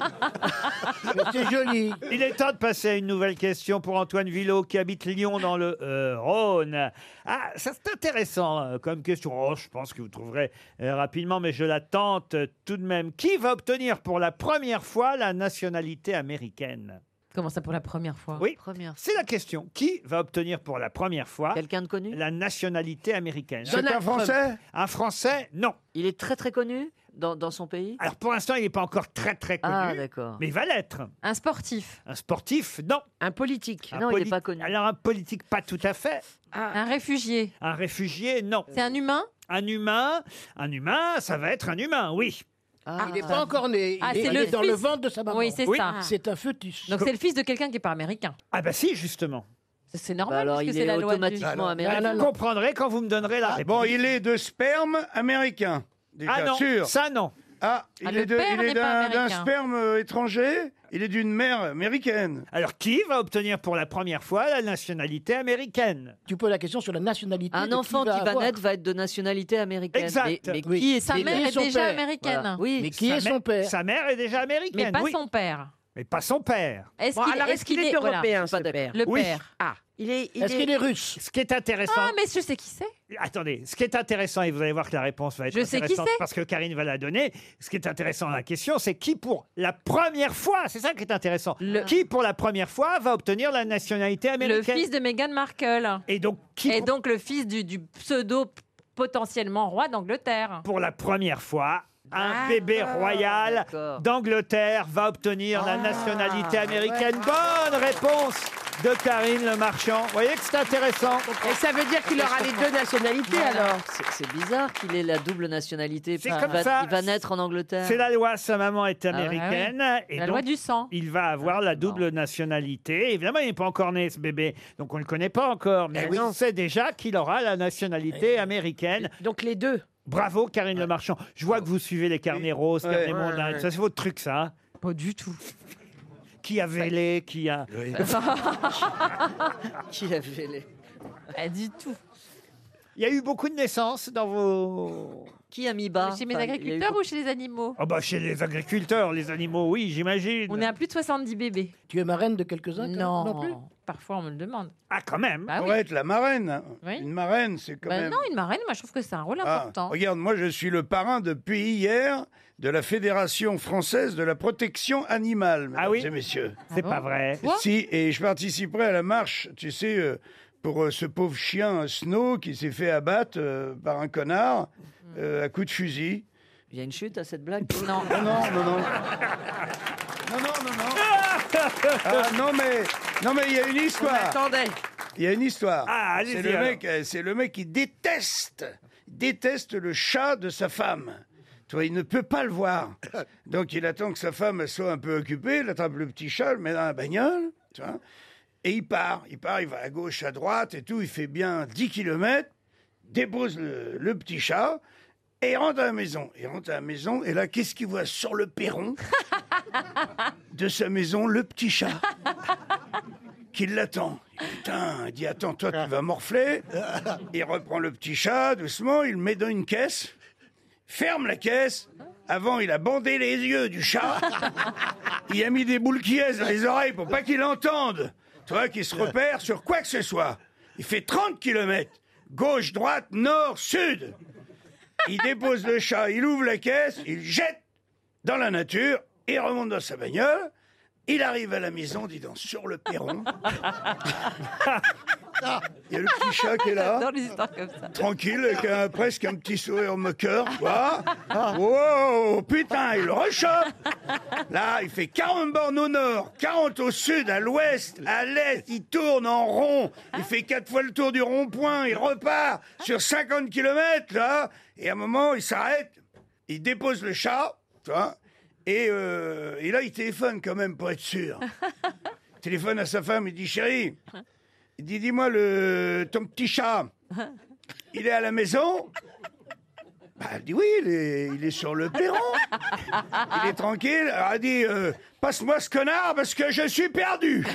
Mais c'est joli. Il est temps de passer à une nouvelle question pour Antoine Villot qui habite Lyon dans le euh, Rhône. Ah, ça c'est intéressant euh, comme question. Oh, je pense que vous trouverez euh, rapidement, mais je la tente euh, tout de même. Qui va obtenir pour la première fois la nationalité américaine? Comment ça pour la première fois? Oui, Première. c'est la question. Qui va obtenir pour la première fois Quelqu'un de connu? la nationalité américaine? C'est un Français? Un Français? Non. Il est très très connu dans, dans son pays? Alors pour l'instant, il n'est pas encore très très connu, Ah, d'accord. mais il va l'être. Un sportif. Un sportif? Non. Un politique. Un Non, il n'est poli- pas connu. Alors un politique, pas tout à fait. Un réfugié. Un réfugié? Non. C'est un humain? Un humain? Un humain, ça va être un humain, oui. Ah, Il n'est pas encore né. Ah, il est, c'est il le est dans le fils. ventre de sa maman. Oui, c'est Oui. ça. C'est un fœtus. Donc c'est le fils de quelqu'un qui n'est pas américain. Ah bah si, justement. C'est- C'est Bah normal alors, puisque il c'est est la loi du... automatiquement Ah, américain. Vous comprendrez quand vous me donnerez la réponse. Bon, il est de sperme américain. Déjà, Ah non, sûr. ça non. Ah, il Ah, est, le de- père il est n'est pas d'un d'un américain. sperme euh, étranger. Il est d'une mère américaine. Alors qui va obtenir pour la première fois la nationalité américaine? Tu poses la question sur la nationalité. Un de enfant qui va avoir. naître va être de nationalité américaine. Exact. Mais, mais Oui. qui est Sa Mais mère qui est est son déjà père américaine. Voilà. Oui. Mais qui Sa est mère- son père? Sa mère est déjà américaine, Mais pas oui. son père. Mais pas son père. Est-ce Bon, qu'il alors, est, est-ce qu'il est voilà, européen, ce pas d'accord. père? le Oui. père? Ah, il est... il Est-ce est- qu'il est russe? Ce qui est intéressant... Ah, mais je sais qui c'est. Attendez, ce qui est intéressant, et vous allez voir que la réponse va être Je sais qui intéressante c'est. parce que Karine va la donner, ce qui est intéressant dans la question, c'est qui pour la première fois, c'est ça qui est intéressant, Le- qui pour la première fois va obtenir la nationalité Le américaine? fils de Meghan Markle. Et donc, qui Et pour, donc le fils du, du pseudo potentiellement roi d'Angleterre. pour la première fois, un D'accord. bébé royal D'accord. d'Angleterre va obtenir la nationalité américaine? Bonne réponse de Karine Le Marchand. Vous voyez que c'est intéressant. Et ça veut dire qu'il aura les deux nationalités alors. C'est- C'est bizarre qu'il ait la double nationalité. C'est il, comme va, ça. il va naître en Angleterre. C'est la loi, sa maman est Ah ouais. américaine. Et La donc, loi du sang. il va avoir la double nationalité. Évidemment, il n'est pas encore né, ce bébé. Donc, on ne le connaît pas encore. Mais Eh on non. sait déjà qu'il aura la nationalité américaine. Donc les deux. Bravo, Karine Le Marchand. Je vois que vous suivez les carnets roses, Ouais. carnets Ouais, mondains. ouais. Ça, c'est votre truc, ça. hein Pas du tout. Qui a vélé, qui a... Qui a fait les... Pas du tout. Il y a eu beaucoup de naissances dans vos... Qui a mis bas Chez mes Enfin, il y a eu agriculteurs beaucoup- ou chez les animaux? Ah bah chez les agriculteurs, les animaux, oui, j'imagine. On est à plus de soixante-dix bébés. Tu es marraine de quelques-uns quand Non, même, non plus parfois on me le demande. Ah, quand même. Bah Pour oui. être la marraine. hein. Oui. Une marraine, c'est quand Bah même... non, une marraine, moi je trouve que c'est un rôle Ah, important. regarde, moi je suis le parrain depuis hier de la Fédération française de la protection animale, mesdames Ah oui et messieurs. C'est pas vrai. Quoi Si, et je participerai à la marche, tu sais, euh, pour euh, ce pauvre chien euh, Snow qui s'est fait abattre euh, par un connard euh, à coups de fusil. Il y a une chute à cette blague Non. Non, non, non, non. Non, non, non, non. Ah, non, mais non, mais il y a une histoire. Attendez. Il y a une histoire. Ah, allez-y, c'est le alors. mec, euh, c'est le mec qui déteste, déteste le chat de sa femme. Tu vois, il ne peut pas le voir. Donc il attend que sa femme elle soit un peu occupée, il attrape le petit chat, le met dans la bagnole, tu vois, et il part. Il part, il va à gauche, à droite et tout. Il fait bien dix kilomètres, dépose le, le petit chat et il rentre à la maison. Il rentre à la maison et là, qu'est-ce qu'il voit sur le perron de sa maison? Le petit chat qui l'attend. Putain, il dit attends, toi tu vas morfler. Il reprend le petit chat doucement, il le met dans une caisse, ferme la caisse. Avant, il a bandé les yeux du chat. Il a mis des boules qui aisent dans les oreilles pour pas qu'il entende. Tu vois, qu'il se repère sur quoi que ce soit. Il fait trente kilomètres. Gauche, droite, nord, sud. Il dépose le chat, il ouvre la caisse, il jette dans la nature, il remonte dans sa bagnole. Il arrive à la maison, dis donc, sur le perron. Il y a le petit chat qui est là. J'adore les histoires comme ça. Tranquille, avec un- presque un petit sourire moqueur, quoi. Wow, putain, il le rechoppe. Là, il fait quarante bornes au nord, quarante au sud, à l'ouest, à l'est. Il tourne en rond. Il fait quatre fois le tour du rond-point. Il repart sur cinquante kilomètres, là. Et à un moment, il s'arrête. Il dépose le chat, tu vois. Et, euh, et là, il téléphone quand même pour être sûr. Il téléphone à sa femme, il dit, chérie, il dit, dis-moi, le, ton petit chat, il est à la maison? Bah, elle dit, oui, il est, il est sur le perron. Il est tranquille. Alors, elle dit, euh, passe-moi ce connard parce que je suis perdu.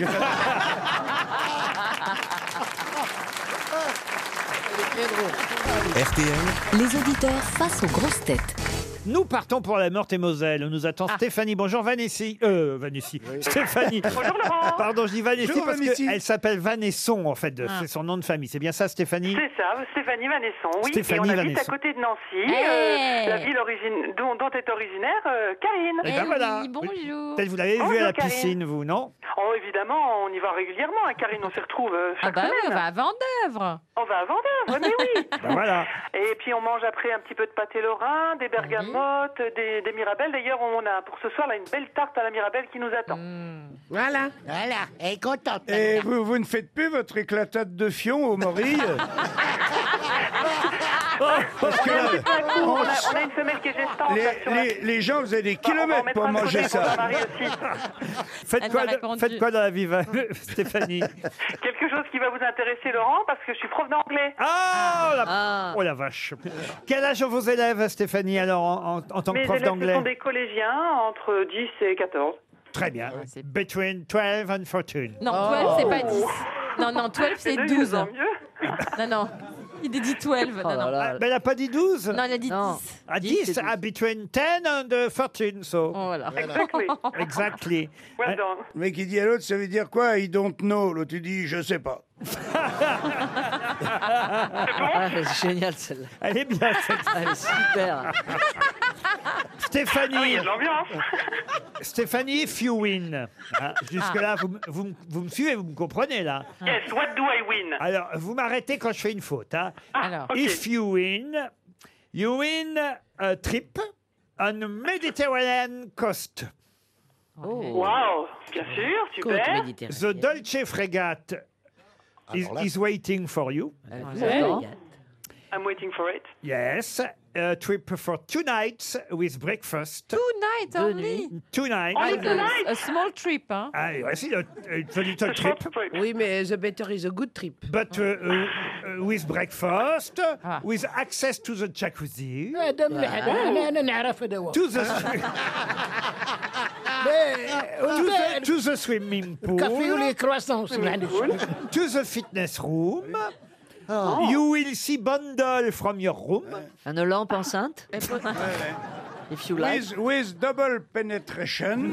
R T L, Les auditeurs face aux grosses têtes. Nous partons pour la Meurthe-et-Moselle. Nous attend Ah. Stéphanie. Bonjour Vanessi. Euh, Vanessi. Stéphanie. Bonjour Laurent. Pardon, je dis Vanessi Bonjour, parce Vanessi. qu'elle s'appelle Vanesson, en fait. Ah. C'est son nom de famille. C'est bien ça, Stéphanie? C'est ça, Stéphanie Vanesson, oui. Stéphanie et on habite Vanesson. à côté de Nancy, Hey. euh, la ville origine, dont, dont est originaire euh, Karine. Eh ben Eh voilà. oui, bonjour. Peut-être vous l'avez vu Bonjour, à la Karine. piscine, vous, non? Oh, évidemment, on y va régulièrement, hein, Karine, on s'y retrouve euh, Ah chaque bah oui, on semaine. va à Vendœuvre. On va à Vendôme, mais oui. Ben voilà. Et puis on mange après un petit peu de pâté lorrain, des bergamotes, des, des mirabelles. D'ailleurs, on a pour ce soir là une belle tarte à la mirabelle qui nous attend. Voilà. Voilà, elle est contente. Et vous, vous ne faites plus votre éclatade de fion au Morille? Parce que là, on, a, on a une femelle qui est gestante. là, sur les, la- les, les gens, vous avez des Bah, on va en kilomètres mettre pour un de manger côté pour ça. son mari aussi. Faites Elle quoi, m'a de- répondu. faites quoi dans la vie, Va- Stéphanie? Quelque chose qui va vous intéresser, Laurent, parce que je suis prof d'anglais. Ah, la... Ah. Oh la vache. Quel âge ont vos élèves, Stéphanie, alors, en, en- en tant que Mes prof élèves, ce d'anglais? sont des collégiens entre dix et quatorze. Très bien. c'est- Between twelve and fourteen. Non, Oh. douze, c'est pas dix. Non, non, douze, c'est de douze. mieux en mieux. Non, non. Il a dit douze. Oh Non, là non. là. Ah, mais elle n'a pas dit douze? Non, il a dit Non. dix. À dix, dix, c'est ah, between ten and uh, fourteen, so. Oh, voilà. Exactly. Exactly. Well done. Le mec, il dit à l'autre, ça veut dire quoi? I don't know. L'autre, il dit, je sais pas. Ah, c'est génial celle-là. Elle est bien, cette Elle est super. Stéphanie. Ah oui, il y a de l'ambiance. Stéphanie, if you win. Ah, Jusque-là, vous, m- vous, m- vous me suivez, vous me comprenez, là. Yes, what do I win? Alors, vous m'arrêtez quand je fais une faute. Hein. Alors. Ok. If you win, you win a trip on a Mediterranean coast. Oh. Wow, bien sûr, Côte super. méditerranéenne. The Dolce Frégate is, Alors là- is waiting for you. Elle Ouais. vous attend. I'm waiting for it. Yes. A trip for two nights with breakfast. Two nights Deux only. Two nights. Only Ah, two nights? A small trip, hein. Ah, voici le, it's a little The short trip. trip. Oui, mais the better is a good trip. But uh, uh, uh, with breakfast, Ah. with access to the jacuzzi, هذا مليح هذا انا انا نعرف هذا هو to the, to the, to the swimming الكافي pool, ولي كرواسون معليش to the fitness room, Oh. You will see bundle from your room. Une lampe enceinte. If you like. With, with double penetration.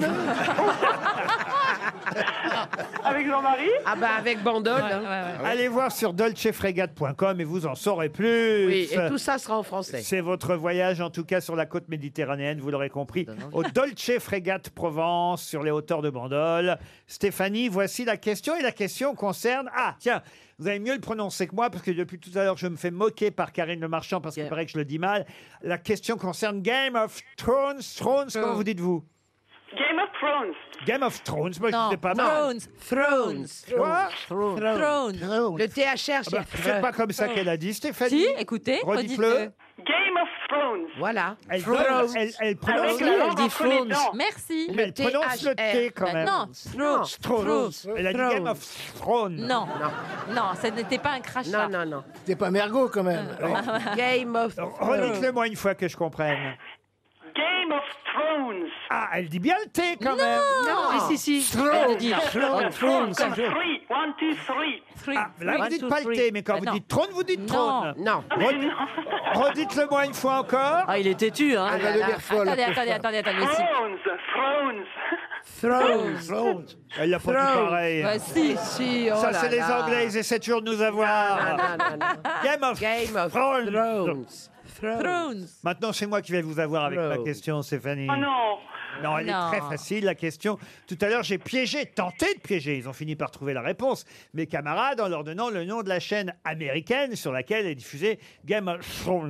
Avec Jean-Marie? Ah bah avec Bandol. hein. Allez voir sur dolce fregate point com et vous en saurez plus. Oui, et tout ça sera en français. C'est votre voyage, en tout cas, sur la côte méditerranéenne, vous l'aurez compris, au Dolce Frégate Provence, sur les hauteurs de Bandol. Stéphanie, voici la question, et la question concerne... Ah, tiens, vous allez mieux le prononcer que moi, parce que depuis tout à l'heure, je me fais moquer par Karine Le Marchand, parce qu'il paraît que je le dis mal. La question concerne Game of Thrones. Thrones, comment vous dites-vous? Game of Thrones. Game of Thrones, moi je Non, disais pas mal. Thrones. Thrones. Quoi? Thrones. Le T H R, Ah bah, faites pas comme ça qu'elle a dit, Stéphanie. Si, écoutez, Redites-le. redites-le. Game of Thrones. Voilà. Elle, Thrones. donne- elle, elle prononce, Avec la langue entre les dents. Merci. mais elle prononce le T quand même. Non, Thrones. Thrones. Elle a dit Game of Thrones. Non, non, ça n'était pas un crachat. Non, non, non. C'était pas Mergot quand même. Game of Redites-le moi une fois que je comprenne. Game of Thrones. Ah, elle dit bien le T quand même. Non, si, si, si. Elle dit Thrones. Thrones. Comme three. One, two, three. Ah, là, vous One, dites two, pas le three. T, mais quand Bah vous non. dites trône, vous dites trône. Non. Redi- Redites-le moi une fois encore. Ah, il est têtu, hein. Elle va devenir folle. Attendez, attendez, attendez, attendez. si. Thrones. Thrones. Thrones. Elle l'a pas dit Thrones. pareil. Bah, si. Si, oh Ça, là c'est les là. Anglais, ils essaient toujours de nous Non, avoir. non, non, non. Game of Game of Thrones. Thrones. Thrones. Thrones. Maintenant, c'est moi qui vais vous avoir avec ma Thrones. question, Stéphanie. Oh non. Non, elle Non. est très facile, la question. Tout à l'heure, j'ai piégé, tenté de piéger. Ils ont fini par trouver la réponse. Mes camarades, en leur donnant le nom de la chaîne américaine sur laquelle est diffusée Game of Thrones.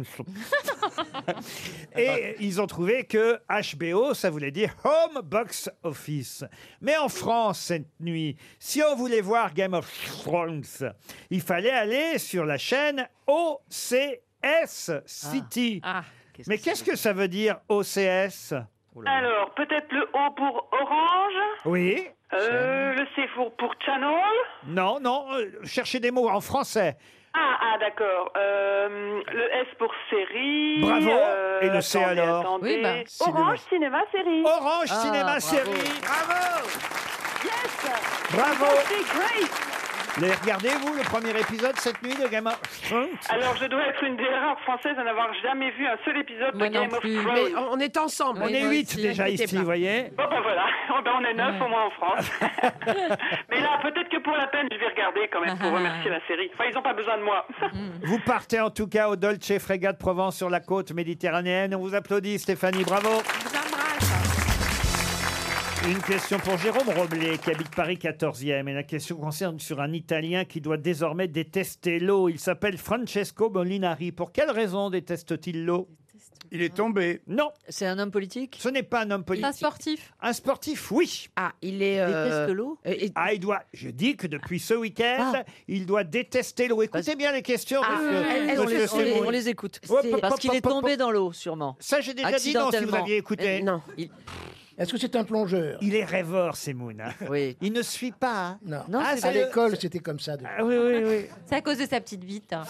Et ils ont trouvé que H B O, ça voulait dire Home Box Office. Mais en France, cette nuit, si on voulait voir Game of Thrones, il fallait aller sur la chaîne O C S City. Ah. Mais qu'est-ce que ça veut dire O C S? Alors, peut-être le O pour Orange. Oui. Euh, le C pour, pour Channel. Non, non, euh, cherchez des mots en français. Ah, ah d'accord. Euh, le S pour série. Bravo. Euh, Et le C attendez, alors? attendez. Oui, bah, Orange Cinéma Série. Orange Ah, Cinéma bravo. Série. Bravo. Yes. Bravo. C'est great. Les regardez-vous le premier épisode cette nuit de Game of Thrones? Alors, je dois être une des rares françaises à n'avoir jamais vu un seul épisode Moi de non Game of plus. Thrones. Mais on est ensemble. On Oui, est moi huit aussi, déjà inquiétez ici, pas. vous voyez. Bon, ben voilà. Oh, ben, on est neuf Ouais. au moins en France. Mais là, peut-être que pour la peine, je vais regarder quand même pour remercier la série. Enfin, ils n'ont pas besoin de moi. Vous partez en tout cas au Dolce Frégate Provence sur la côte méditerranéenne. On vous applaudit, Stéphanie, bravo. Je vous embrasse. Une question pour Jérôme Roblé, qui habite Paris quatorzième. Et la question concerne sur un Italien qui doit désormais détester l'eau. Il s'appelle Francesco Molinari. Pour quelle raison déteste-t-il l'eau? Il est tombé. Non. C'est un homme politique? Ce n'est pas un homme politique. Un sportif. Un sportif, oui. Ah, il est. euh, Déteste l'eau? euh, et- Ah, il doit. Je dis que depuis ce week-end, Ah. il doit détester l'eau. Écoutez bien les questions, Ah, monsieur, elles- elles- On monsieur les, on les- Semoun. on les écoute. Hop, c'est- hop, Parce hop, qu'il est hop, hop. tombé dans l'eau, sûrement. Ça, j'ai déjà dit, non, si vous aviez écouté. Mais Non. il- Est-ce que c'est un plongeur? Il est rêveur, Semoun. hein. Oui. Il ne suit pas. hein. Non. Non, Ah, c'est c'est À le- l'école, c'était comme ça. déjà. Ah, oui, oui, oui. C'est à cause de sa petite bite. hein.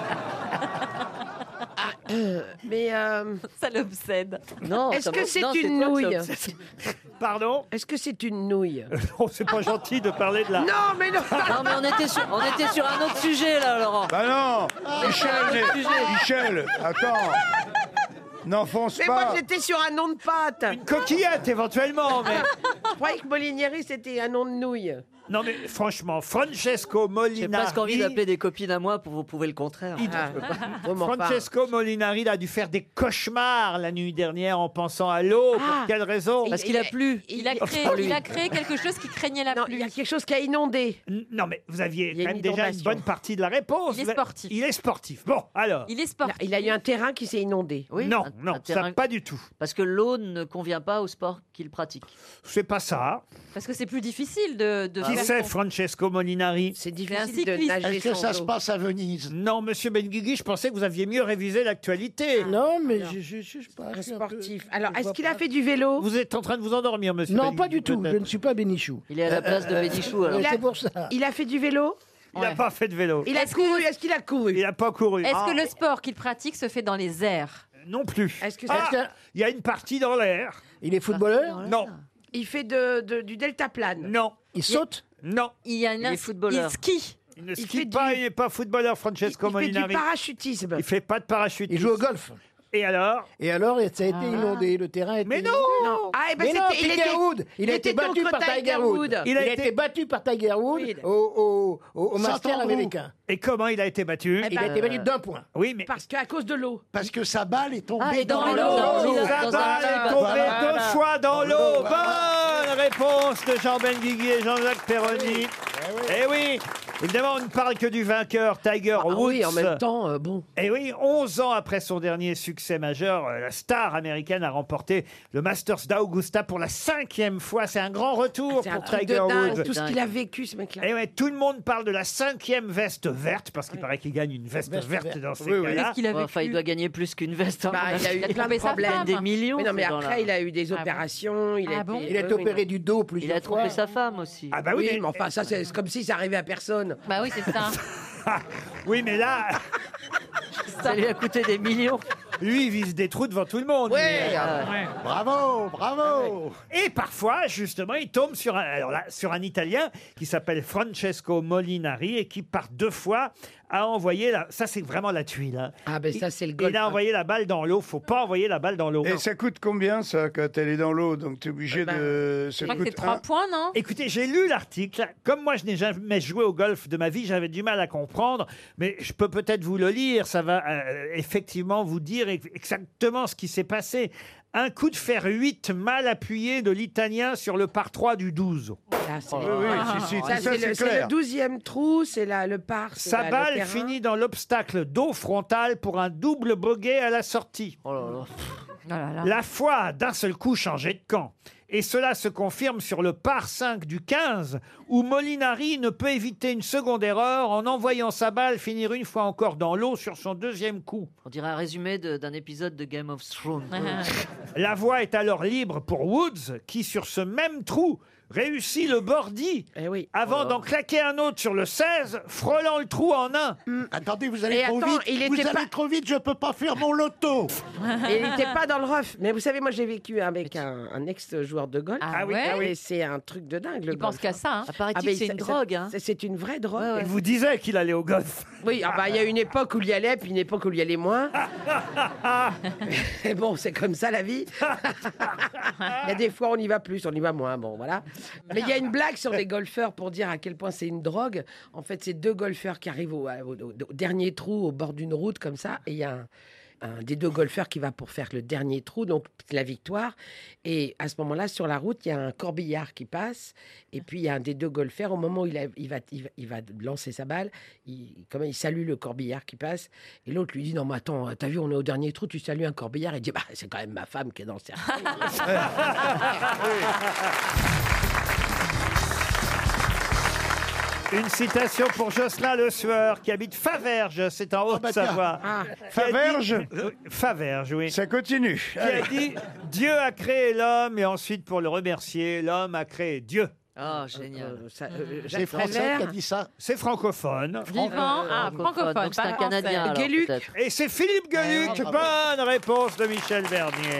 euh, mais euh, Ça l'obsède. Non, est-ce ça que me- c'est non, une toi que ça nouille? obsède. Pardon? Est-ce que c'est une nouille? Non, c'est pas gentil de parler de la. Non, mais non. Non, mais on était, sur, on était sur un autre sujet, là, Laurent. Bah non. Michel, autre n'est- sujet. Michel, attends. N'enfonce Mais pas. moi j'étais sur un nom de pâte. Une coquillette, éventuellement, mais. Je croyais que Molinieri c'était un nom de nouille. Non, mais franchement, Francesco Molinari. J'ai presque envie d'appeler des copines à moi pour vous prouver le contraire. Ah. Ouais, mais enfin, Francesco Molinari il a dû faire des cauchemars la nuit dernière en pensant à l'eau. Pour Ah. quelle raison? Parce qu'il a plu. Il a, créé, Enfin, lui. il a créé quelque chose qui craignait la non, il pluie. y a quelque chose qui a inondé. N- Non, mais vous aviez Il y a quand une même déjà une inondation. bonne partie de la réponse. Il est Vous a- sportif. Il est sportif. Bon, alors. Il est Il a, sportif. il a eu un terrain qui s'est inondé. Oui, non, un- non, un ça terrain- pas du tout. Parce que l'eau ne convient pas au sport qu'il pratique. C'est pas ça. Parce que c'est plus difficile de, de Qui faire c'est son- Francesco Molinari? C'est un difficile de cycliste. nager Est-ce que sans ça se eau. passe à Venise? Non, monsieur Benguigui, je pensais que vous aviez mieux révisé l'actualité. Non, mais Non. je, je, je, je sais pas. Un je suis un peu- sportif. Alors, je est-ce vois qu'il pas. a fait du vélo? Vous êtes en train de vous endormir, monsieur Non, Benguigui, pas du tout. peut-être. Je ne suis pas Bénichou. Il est à la place de Bénichou, alors. Euh, Il a- C'est pour ça. Il a fait du vélo? Il n'a Ouais. pas fait de vélo. Il a Est-ce couru? que- Est-ce qu'il a couru? Il n'a pas couru. Est-ce Ah, que le sport qu'il pratique se fait dans les airs? Non plus. Est-ce que Ah, ça- il y a une partie dans l'air. Il est footballeur? Non, il fait de, de- du deltaplane? non, Il saute? non. Il y a une Il est footballeur. Il skie. Il ne Il skie fait pas, du- il n'est pas footballeur, Francesco Il fait du Molinari. parachutisme. Il fait pas de parachutisme. Il joue au golf. Et alors Et alors, ça a été Ah. inondé, le terrain a été Mais non, Non. Ah, eh ben, Mais non, c'était- il Tiger était- Woods, il, il a été était battu contre par Tiger Tiger Woods. Woods. Il, Il a, a été... été- battu par Tiger Woods Oui. au, au, au, au Sans Master tambour. américain. Et comment il a été battu Eh Il a ben, été battu d'un point. Oui, mais Parce qu'à cause de l'eau. Parce que sa balle est tombée Ah, et dans dans l'eau. l'eau. Dans l'eau. sa Dans balle un- est tombée Voilà. deux fois dans l'eau. Bonne réponse de Jean Benguigui et Jean-Jacques Perroni. Eh oui, évidemment, on ne parle que du vainqueur, Tiger Ah Woods. oui, en même temps, euh, bon. Et oui, onze ans après son dernier succès majeur, euh, la star américaine a remporté le Masters d'Augusta pour la cinquième fois. C'est un grand retour C'est un pour truc de Tiger dingue, Woods. tout ce qu'il a vécu, ce mec-là. Et ouais, tout le monde parle de la cinquième veste verte, parce qu'il paraît qu'il gagne une veste, Veste verte, verte. dans ces Oui, oui. cas-là. Qu'est-ce qu'il a Ouais, Enfin, il vécu doit gagner plus qu'une veste. hein, Bah, mon il a avis. eu plein de trompé sa problèmes. femme. Des millions. Mais non, mais ces gens-là. après, il a eu des Ah bon. opérations. Il a Ah été, bon Il a été oui, oui, opéré non. du dos Il plusieurs a trompé fois. sa femme aussi. Ah bah oui, Oui, mais, mais enfin, ça, c'est comme si ça arrivait à personne. Bah oui, c'est ça. oui, mais là, Ça lui a coûté des millions. lui, il vise des trous devant tout le monde. Ouais. lui. Ah, Bravo, bravo. Et parfois, justement, il tombe sur un, alors là, sur un Italien qui s'appelle Francesco Molinari et qui, par deux fois, a envoyé la... Ça, c'est vraiment la tuile. hein. Ah, ben ça, c'est le golf. Il a envoyé la balle dans l'eau. Faut pas envoyer la balle dans l'eau. Et ça coûte combien, ça, quand elle est dans l'eau? Donc, tu es obligé Ben, de... Je Ça crois que c'est coûte trois un- points, non? Écoutez, j'ai lu l'article. Comme moi, je n'ai jamais joué au golf de ma vie, j'avais du mal à comprendre. Mais je peux peut-être vous le lire. Ça va euh, effectivement vous dire ex- exactement ce qui s'est passé. Un coup de fer huit mal appuyé de l'Italien sur le par trois du douze. Ah, c'est Oui, oui, si, si, Ça, tout ça, c'est c'est le, c'est le clair. douzième trou, c'est la- le par. c'est Sa la- le balle terrain. finit dans l'obstacle d'eau frontale pour un double bogey à la sortie. Oh là là. Oh là là. La foi a d'un seul coup changé de camp. Et cela se confirme sur le par cinq du quinze, où Molinari ne peut éviter une seconde erreur en envoyant sa balle finir une fois encore dans l'eau sur son deuxième coup. On dirait un résumé de- d'un épisode de Game of Thrones. La voie est alors libre pour Woods, qui sur ce même trou réussit le birdie Eh oui. avant d'en claquer un autre sur le seize, frôlant le trou en un. Attendez, vous allez Et trop attends, vite. il vous était allez pas- trop vite, je peux pas faire mon loto. Et il n'était pas dans le rough. Mais vous savez, moi, j'ai vécu avec un, un ex-joueur de golf. Ah oui, ouais ah oui. Et c'est un truc de dingue, le Il golf. pense qu'à ça. Hein. Apparaît-il Ah, que ben, c'est ça- une ça- drogue. Hein. c'est- C'est une vraie drogue. Ouais, ouais. Il vous disait qu'il allait au golf. Oui, ah bah, il y a une époque où il y allait, puis une époque où il y allait moins. Et bon, c'est comme ça la vie. Il y a des fois, on y va plus, on y va moins. Bon, voilà. Mais il y a une blague sur les golfeurs pour dire à quel point c'est une drogue. En fait, c'est deux golfeurs qui arrivent au, au- au- au dernier trou, au bord d'une route, comme ça, et il y a un, un des deux golfeurs qui va pour faire le dernier trou, donc la victoire. Et à ce moment-là, sur la route, il y a un corbillard qui passe. Et puis, il y a un des deux golfeurs, au moment où il, a- il va, il, va, il va lancer sa balle, il, comment, il salue le corbillard qui passe. Et l'autre lui dit, non, mais attends, t'as vu, on est au dernier trou, tu salues un corbillard. Il dit, bah, c'est quand même ma femme qui est dans le cercle. Une citation pour Jocelyn Le Sueur, qui habite Faverges, c'est en Haute-Savoie. Ah, Qui a dit- Faverges Euh, Faverges, oui. Ça continue. Qui a dit « Dieu a créé l'homme » et ensuite, pour le remercier, l'homme a créé Dieu. Oh, génial. Euh, ça, euh, C'est Jacques français Prévert. qui a dit ça. C'est francophone. Vivant. Ah, francophone. Donc c'est pas un français. Canadien. alors, Gueluc. peut-être. Et c'est Philippe Gueluc. Eh, bravo. Bonne réponse de Michel Bernier.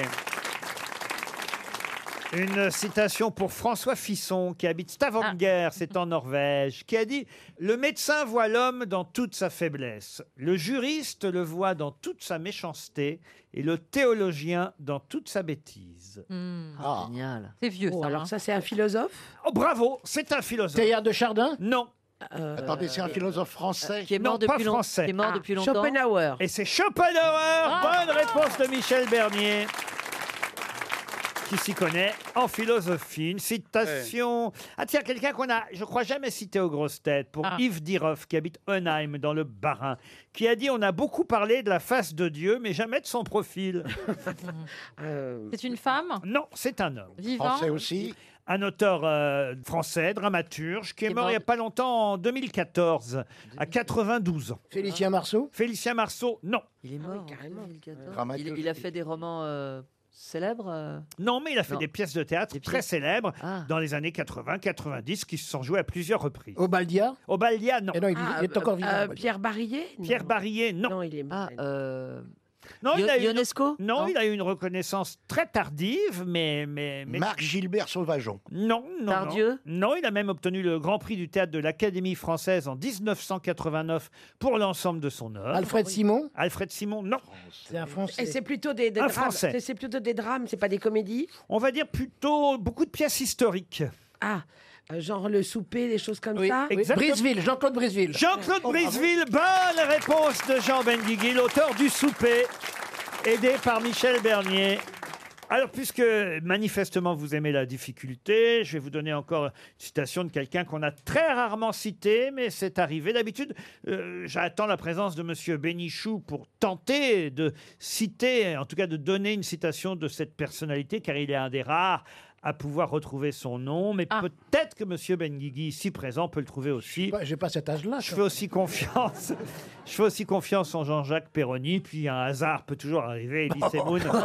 Une citation pour François Fisson, qui habite Stavanger, c'est en Norvège, qui a dit « Le médecin voit l'homme dans toute sa faiblesse, le juriste le voit dans toute sa méchanceté, et le théologien dans toute sa bêtise. Hmm. Ah. Génial. C'est vieux, Oh, ça. alors hein. ça, c'est un philosophe » Oh, bravo, c'est un philosophe. Teilhard de Chardin. Non, Euh, Attendez, c'est un philosophe français. Qui est Non, mort pas depuis, long- français. qui est mort ah, depuis longtemps. Schopenhauer. et c'est Schopenhauer. Bonne réponse de Michel Bernier, qui s'y connaît en philosophie. Une citation... Ah tiens, quelqu'un qu'on a, je crois, jamais cité aux grosses têtes, pour Ah. Yves Diroff, qui habite Onheim, dans le Bas-Rhin, qui a dit « On a beaucoup parlé de la face de Dieu, mais jamais de son profil. Euh, C'est une femme » Non, c'est un homme. vivant. Français aussi. Un auteur euh, français, dramaturge, qui est Qui est mort mort il n'y a pas longtemps, en deux mille quatorze, à quatre-vingt-douze ans. Félicien Marceau. Félicien Marceau, non. Il est mort en carrément. deux mille quatorze. Dramaturge. Il, il a fait des romans euh, célèbres. euh, Non, mais il a fait Non. des pièces de théâtre Des très pièces. célèbres Ah. dans les années quatre-vingts quatre-vingt-dix qui se sont jouées à plusieurs reprises. Aubaldia. Obaldia, non. Eh non, il, ah, il est encore euh, vivant. euh, Aubaldia. Pierre Barillet. Non. Pierre Barillet, non. Non, il est Ah, euh, Non, il a eu une- Ionesco Non, il a eu une reconnaissance très tardive, mais... mais, mais... Marc Gilbert Sauvageon. Non, non, Tardieu non. Non, il a même obtenu le Grand Prix du théâtre de l'Académie française en dix-neuf cent quatre-vingt-neuf pour l'ensemble de son œuvre. Alfred Simon Alfred Simon, non. C'est un Français. Et c'est plutôt des, des Un drames. Français. C'est- C'est plutôt des drames, c'est pas des comédies. On va dire plutôt beaucoup de pièces historiques. Ah, euh, genre le souper, des choses comme Oui, ça. exactement. Briseville, Jean-Claude Briseville. Jean-Claude Briseville, bonne réponse de Jean Benguigui, l'auteur du souper, aidé par Michel Bernier. Alors, puisque manifestement vous aimez la difficulté, je vais vous donner encore une citation de quelqu'un qu'on a très rarement cité, mais c'est arrivé. D'habitude, euh, j'attends la présence de Monsieur Bénichou pour tenter de citer, en tout cas de donner une citation de cette personnalité, car il est un des rares à pouvoir retrouver son nom. Mais peut-être que Monsieur Benguigui, ici présent, peut le trouver aussi. J'ai pas cet âge-là. Je fais aussi confiance. Je fais aussi confiance en Jean-Jacques Perroni. Puis un hasard peut toujours arriver. Elie Semoun. Ben,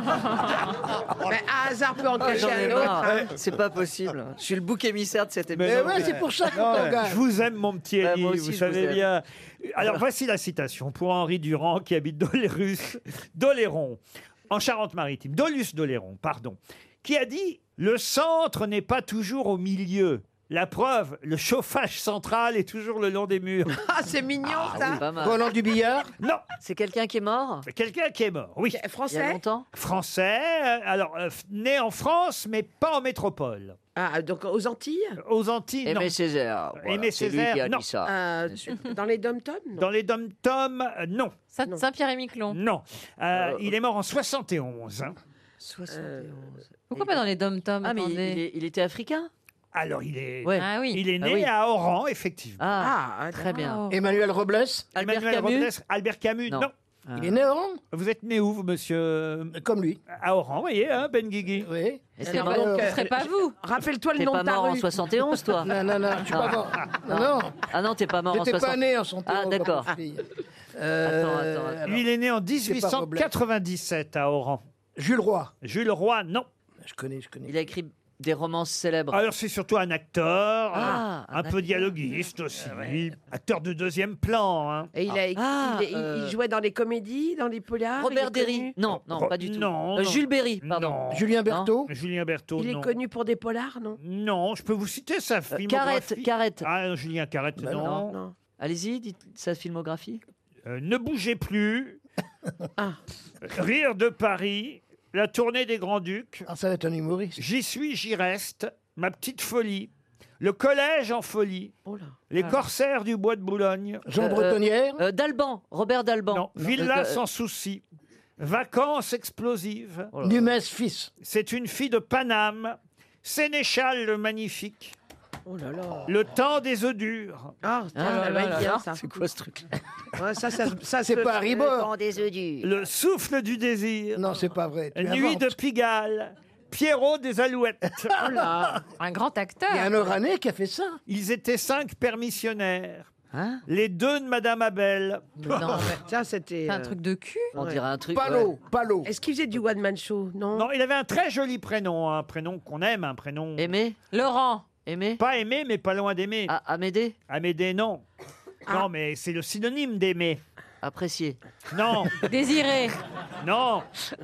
un hasard peut en Ah, cacher j'en ai un autre. marre. hein. C'est pas possible. Je suis le bouc émissaire de cette Mais émission. ouais, c'est pour ça qu'on t'engage. Je vous aime, mon petit Ouais, Elie, moi aussi, vous je vous savez aime. bien. Alors, voici la citation pour Henri Durand, qui habite Dolérus, Doléron, en Charente-Maritime. Dolus Doléron, pardon. Qui a dit « Le centre n'est pas toujours au milieu. La preuve, le chauffage central est toujours le long des murs. » Ah, c'est mignon ça. C'est pas mal. Roland Dubillard Non. C'est quelqu'un qui est mort Quelqu'un qui est mort, oui. Il y a Français longtemps Français, euh, alors euh, f- né en France, mais pas en métropole. Ah, donc aux Antilles Aux Antilles, non. Aimé Césaire. voilà, Aimé c'est lui Césaire, qui a non. dit ça. Euh, Dans les dom-toms non. Dans les dom-toms, euh, non. Saint- Saint-Pierre-et-Miquelon. Non. Euh, il est mort en soixante et onze. hein. soixante et onze. Pourquoi pas dans les dom-toms Ah, mais il, attendez. il est- il était africain Alors, il est, Ouais. Ah oui. il est né Ah oui. à Oran, effectivement. Ah, Ah, très bien. Emmanuel Robles Albert Emmanuel Camus Robles, Albert Camus, non. Non. Il est né à Oran Vous êtes né où, vous, monsieur Comme lui. À Oran, vous voyez, hein, Ben Guigui. Oui. Et t'es Alors, mort, donc, Ce euh, serait pas vous. Rappelle-toi le t'es nom pas de ta mort en rue. soixante et onze, toi Non, non, non, je suis pas mort. Non, non. Ah non, t'es pas mort en J'étais soixante. pas né en santé. Ah, d'accord. Attends, Attends, attends, attends. Lui, il est né en C'est pas Robles. dix-huit cent quatre-vingt-dix-sept à Oran. Jules Roy. Jules Roy, non. Je connais, je connais. Il a écrit des romances célèbres. Alors, c'est surtout un acteur, Ah, un, un peu acteur. dialoguiste aussi. Acteur de deuxième plan. hein. Et il, a, Ah, il, il- euh, il jouait dans les comédies, dans les polars. Robert il est Derry. connu- Non, non, Ro- pas du tout. non, Euh, non. Jules Berry, pardon. Non. Julien Berthaud. Julien Berthaud, Il est non. connu pour des polars, non Non, je peux vous citer sa filmographie. Carrette, Carrette. Ah, Julien Carrette, Bah non. Non. Allez-y, dites sa filmographie. Euh, ne bougez plus. Ah. Rire de Paris. La tournée des Grands-Ducs. Ah, ça va être un humoriste. J'y suis, j'y reste. Ma petite folie. Le collège en folie. Oh là. Les Ah. corsaires du bois de Boulogne. Jean Euh, Bretonnière. Euh, D'Alban, Robert d'Alban. Non. Villa Euh, sans souci. Vacances explosives. oh là là. Numès fils. C'est une fille de Paname. Sénéchal le magnifique. Oh là là. Le temps des œufs durs. Ah, Ah ça là va là être là bien, là. ça. C'est quoi ce truc Ouais, ça, ça, ça C'est se- pas Le Ribord. temps des œufs durs. Le souffle du désir. Non, c'est pas vrai. Tu Nuit inventes. de Pigalle. Pierrot des Alouettes. Oh là. Un grand acteur. Il y a un Oranais qui a fait ça. Ils étaient cinq permissionnaires. Hein Les deux de Madame Abel. Non, mais Ça, c'était. C'est un euh, truc de cul. on Ouais. dirait un truc. Palo, ouais. Palo. Est-ce qu'il faisait du one-man show Non. Non, il avait un très joli prénom, un prénom qu'on aime, un prénom Aimé Laurent. Aimé pas aimé, mais pas loin d'aimer. Ah, Amédée Amédée, non. Ah. Non, mais c'est le synonyme d'aimer. Apprécié. Non, Désiré. non.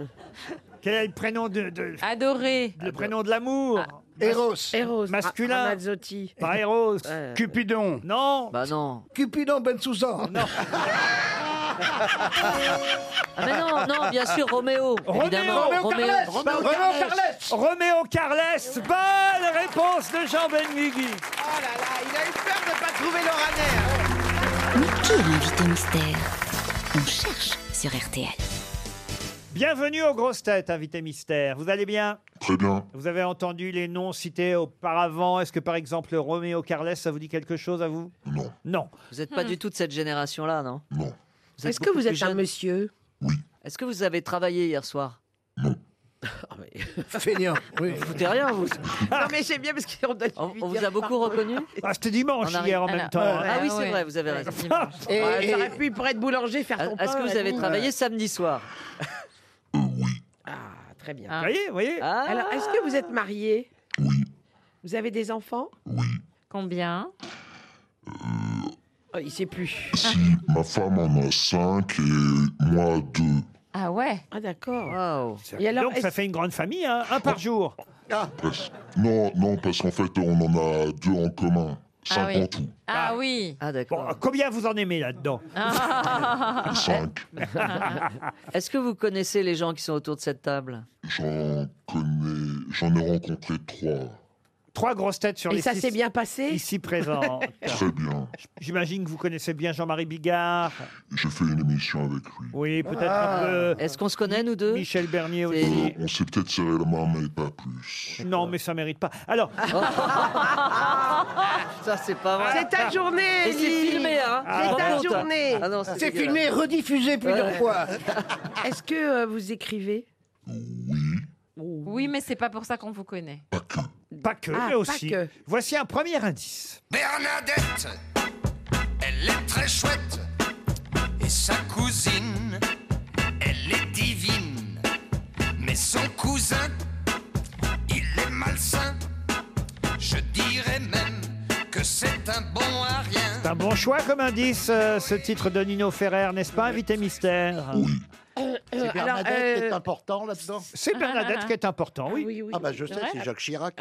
Quel est le prénom de, de- Adoré. le prénom de l'amour Eros. Eros. Masculin. Ra- Ramazzotti. Pas Eros. Ouais. Cupidon. Non. Bah non. Cupidon Ben Sousan. Non. Ah mais non, non, bien sûr, Roméo. Roméo, Évidemment, Roméo Roméo. Carles. Roméo. Renaud Carles. Roméo Carles. Bonne réponse de Jean Benguigui. Oh là là, il a eu peur de pas trouver l'Oranais. Mais qui est l'invité mystère? On cherche sur R T L. Bienvenue aux grosses têtes, invité mystère. Vous allez bien? Très bien. Vous avez entendu les noms cités auparavant. Est-ce que par exemple Roméo Carles, ça vous dit quelque chose à vous? Non. Non. Vous n'êtes pas du tout de cette génération-là, non Non. Vous êtes Est-ce que beaucoup vous plus êtes un jeune. monsieur Est-ce que vous avez travaillé hier soir Feignant. Oui. Vous foutez rien, vous. Non, mais j'aime bien parce qu'on doit On, lui on vous dire a beaucoup parfois. reconnu Ah, c'était dimanche On arrive- hier en Alors, même temps. ouais, hein. Ah oui, c'est ouais. vrai, vous avez raison. Et, Ouais, et- T'aurais pu, pour être boulanger, faire ton pain. Est-ce que vous la avez nuit. travaillé samedi soir Ah, très bien. Ah. Vous voyez, vous voyez Ah. Alors, est-ce que vous êtes marié Oui. Vous avez des enfants Combien? Oh, il sait plus. Si ma femme en a cinq et moi deux. Ah ouais. Ah d'accord. Waouh. Et alors, Donc ça est-ce- fait une grande famille, hein, un par jour. Parce- Non, non, parce qu'en fait, on en a deux en commun. Cinq Ah oui. en tout. Ah oui. Ah d'accord. Bon, combien vous en aimez là-dedans? Cinq. Est-ce que vous connaissez les gens qui sont autour de cette table? J'en connais... J'en ai rencontré trois. Trois grosses têtes sur Et les ça six s'est bien passé? ici présents. Très bien. J'imagine que vous connaissez bien Jean-Marie Bigard. J'ai fait une émission avec lui. Oui, peut-être Ah. un peu. Est-ce qu'on se connaît, nous deux? Michel Bernier Euh, aussi. on s'est peut-être serré la main, mais pas plus. Non, mais ça mérite pas. Alors, Ça, c'est pas vrai. C'est ta journée, Et c'est Lily. filmé, hein. C'est Rends ta compte. journée. Ah non, C'est dégueulasse. filmé, rediffusé plusieurs Ouais. fois. Est-ce que euh, vous écrivez? Oui, mais c'est pas pour ça qu'on vous connaît. pas que, Ah, mais pas aussi. que. Voici un premier indice. Bernadette, elle est très chouette. Et sa cousine, elle est divine. Mais son cousin, il est malsain. Je dirais même que c'est un bon à rien. C'est un bon choix comme indice, euh, ce titre de Nino Ferrer, n'est-ce pas, invité mystère? Euh, C'est euh, Bernadette alors, euh, qui est important là-dedans. C'est Bernadette qui est important, oui. oui, oui. Ah bah je sais, vrai c'est Jacques Chirac.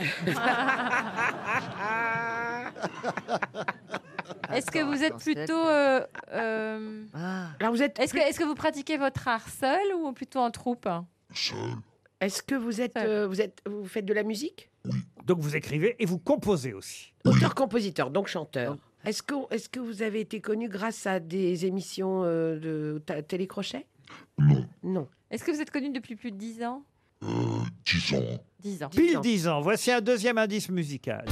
Est-ce que vous êtes plutôt... euh, euh, Ah. Alors vous êtes. Est-ce que, est-ce que vous pratiquez votre art seul ou plutôt en troupe? Seul. Est-ce que vous êtes, euh, vous êtes, vous faites de la musique? Donc vous écrivez et vous composez aussi. Auteur-compositeur, donc chanteur. Est-ce que, est-ce que vous avez été connu grâce à des émissions euh, de ta- télécrochet? Non. Non. Est-ce que vous êtes connu depuis plus de dix ans? Euh, dix ans. dix ans. Pile dix ans. Voici un deuxième indice musical.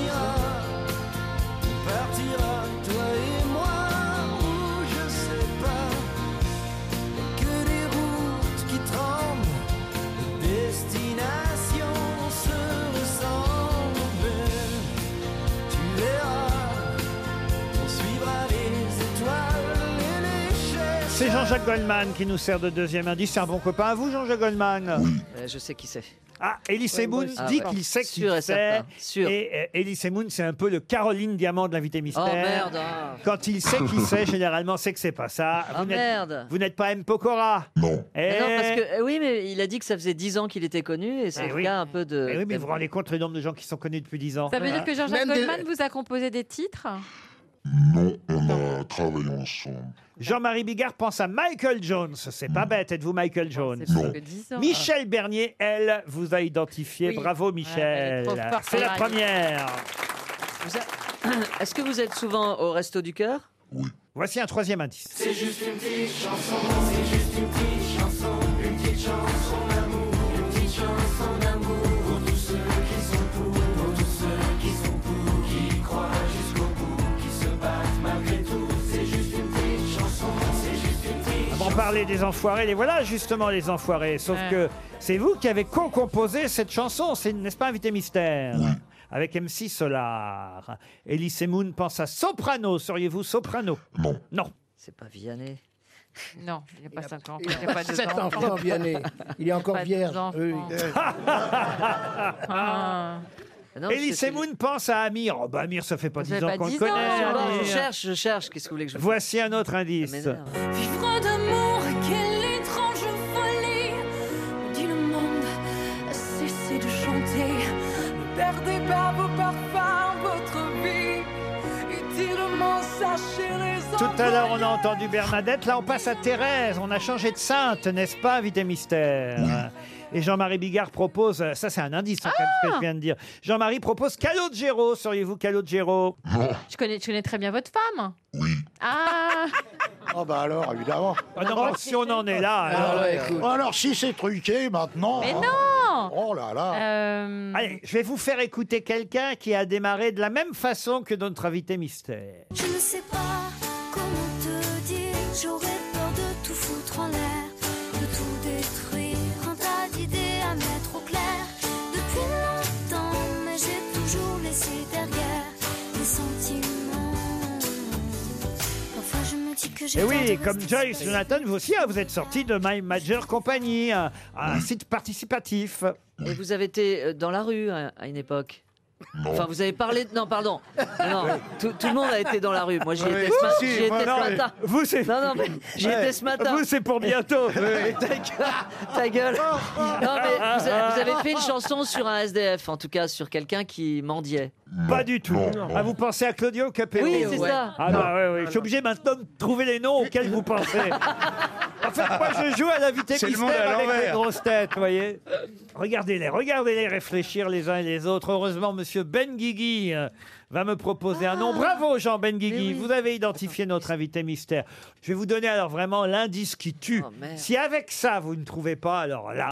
On partira, toi et moi, où je sais pas. Que des routes qui tremblent, les destinations se ressemblent. Tu verras, on suivra les étoiles et les chaises. C'est Jean-Jacques Goldman qui nous sert de deuxième indice. C'est un bon copain à vous, Jean-Jacques Goldman? Euh, je sais qui c'est. Ah, Elie Semoun Ah dit ouais. qu'il sait qui Sûr et c'est. certain, sûr. Et euh, Elie Semoun, c'est un peu le Caroline Diamant de l'invité mystère. Oh merde. ah. Quand il sait qui c'est, généralement, c'est que c'est pas ça. Ah Vous n'êtes- merde. Vous n'êtes pas M. Pokora? Non. Eh, Mais non, parce que, euh, oui, mais il a dit que ça faisait dix ans qu'il était connu et c'est Eh le oui. cas un peu de. eh oui, mais vous vous rendez compte le nombre de gens qui sont connus depuis dix ans? Ça veut dire que Jean-Jacques Même des- Goldman vous a composé des titres? Non, on a travaillé ensemble. Jean-Marie Bigard pense à Michael Jones. C'est pas bête, êtes-vous Michael Jones? C'est plus que dix ans. Michel Bernier, elle, vous a identifié. Oui. Bravo, Ouais, Michel. elle est trop forte, C'est la Marie. première. Vous a- Est-ce que vous êtes souvent au Resto du Cœur? Voici un troisième indice. C'est juste une petite chanson, c'est juste une petite chanson, une petite chanson d'amour, une petite chanson d'amour pour tous ceux qui sont pour, pour tous ceux qui sont pour, qui y croient jusqu'au bout, qui se battent malgré tout. C'est juste une petite chanson, c'est juste une petite On parlait des enfoirés, les voilà justement les enfoirés. Sauf Ouais. que c'est vous qui avez co-composé cette chanson, c'est n'est-ce pas, invité mystère? Avec M C Solar. Elie Semoun pense à soprano. Seriez-vous soprano? Non. Non. C'est pas Vianney. Non, il n'y a pas cinq ans. Il Il n'y a pas deux sept enfants. enfants, Vianney. Il est encore Pas de vierge. enfants. Oui. Ah. Non, Elie parce que Semoun pense à Amir. Oh, bah Amir, ça fait pas Ça dix fait ans pas qu'on le dix connaît. ans, Non, je Amir. cherche, je cherche. Qu'est-ce que vous voulez que je Voici un autre Ça indice. m'énerve. Vivre d'amour, quelle étrange folie. Dit le monde, cessez de chanter. Ne perdez pas vos parfums, votre vie. Étirement, sachez les Tout à l'heure, on a entendu Bernadette. Là, on passe à Thérèse. On a changé de sainte, n'est-ce pas, invité mystère? Et Jean-Marie Bigard propose, ça c'est un indice hein, quand même, ce que je viens de dire. Jean-Marie propose Calogero. Seriez-vous Calogero? Je connais, je connais très bien votre femme. Oui. Ah. Oh bah alors, évidemment. Ah non, mais si on en est là. Alors, alors, ouais, euh, écoute. alors si c'est truqué maintenant. Mais hein. non. Oh là là. Euh, Allez, je vais vous faire écouter quelqu'un qui a démarré de la même façon que notre invité mystère. Je ne sais pas comment te dire, j'aurais peur de tout foutre en l'air, de tout détruire, un tas d'idées à mettre au clair. Depuis longtemps, mais j'ai toujours laissé derrière les sentiments. Parfois je me dis que j'ai Et tort oui, de comme rester Joyce seule. Jonathan, vous aussi, hein, vous êtes sorti de My Major Company, un, un site participatif. Et vous avez été euh, dans la rue à à une époque? Enfin, vous avez parlé de... Non, pardon. Non, tout, tout le monde a été dans la rue. Moi, j'y Oui, étais, si, ce, ma- si, j'y étais moi, ce non, matin. mais vous, c'est- Non, non, mais j'y Ouais. étais ce matin. Vous, c'est pour bientôt. ta gueule. Ta gueule. Non, mais vous avez, vous avez fait une chanson sur un S D F, en tout cas, sur quelqu'un qui mendiait. Pas du tout. Ah, vous pensez à Claudio Capéo? Oui, c'est Ouais. ça. Ah, bah ouais, ouais. Je suis obligé maintenant de trouver les noms auxquels vous pensez. En fait, moi, je joue à l'invité C'est le monde mystère à avec les l'envers. grosses têtes, vous voyez. Regardez-les, regardez-les réfléchir les uns et les autres. Heureusement, Monsieur Benguigui euh, va me proposer un nom. Bravo, Jean Benguigui. Vous avez identifié notre invité mystère. Je vais vous donner alors vraiment l'indice qui tue. Si avec ça, vous ne trouvez pas, alors là...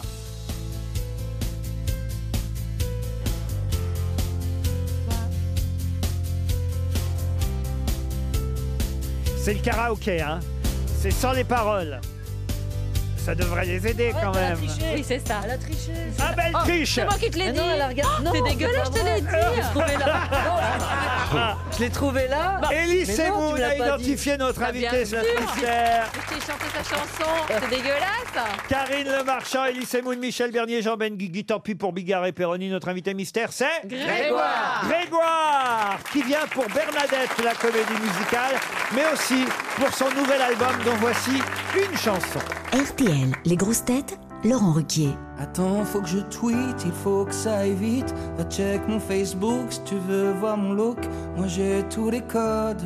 C'est le karaoké, hein. C'est sans les paroles. Ça devrait les aider quand même. Oui, c'est ça. Elle a triché. Ah, belle triche. C'est moi qui te l'ai Mais dit. non, elle a regardé- Oh, Non, c'est dégueulasse, je te l'ai dit. Je l'ai trouvé là. Ah. Je l'ai trouvé là. Élie Mais non, Semoun tu me l'as a pas dit. identifié notre Bah, invité bien sur la sûr. mystère. Qui chanté sa chanson. C'est dégueulasse. Karine Le Marchand, Élie Semoun, Michel Bernier, Jean Benguigui. Tant pis pour Bigard et Perroni. Notre invité mystère, c'est Grégoire. Grégoire, qui vient pour Bernadette, la comédie musicale, mais aussi pour son nouvel album dont voici une chanson. R T L, les grosses têtes, Laurent Ruquier. Attends, faut que je tweet, il faut que ça aille vite. Va check mon Facebook si tu veux voir mon look. Moi j'ai tous les codes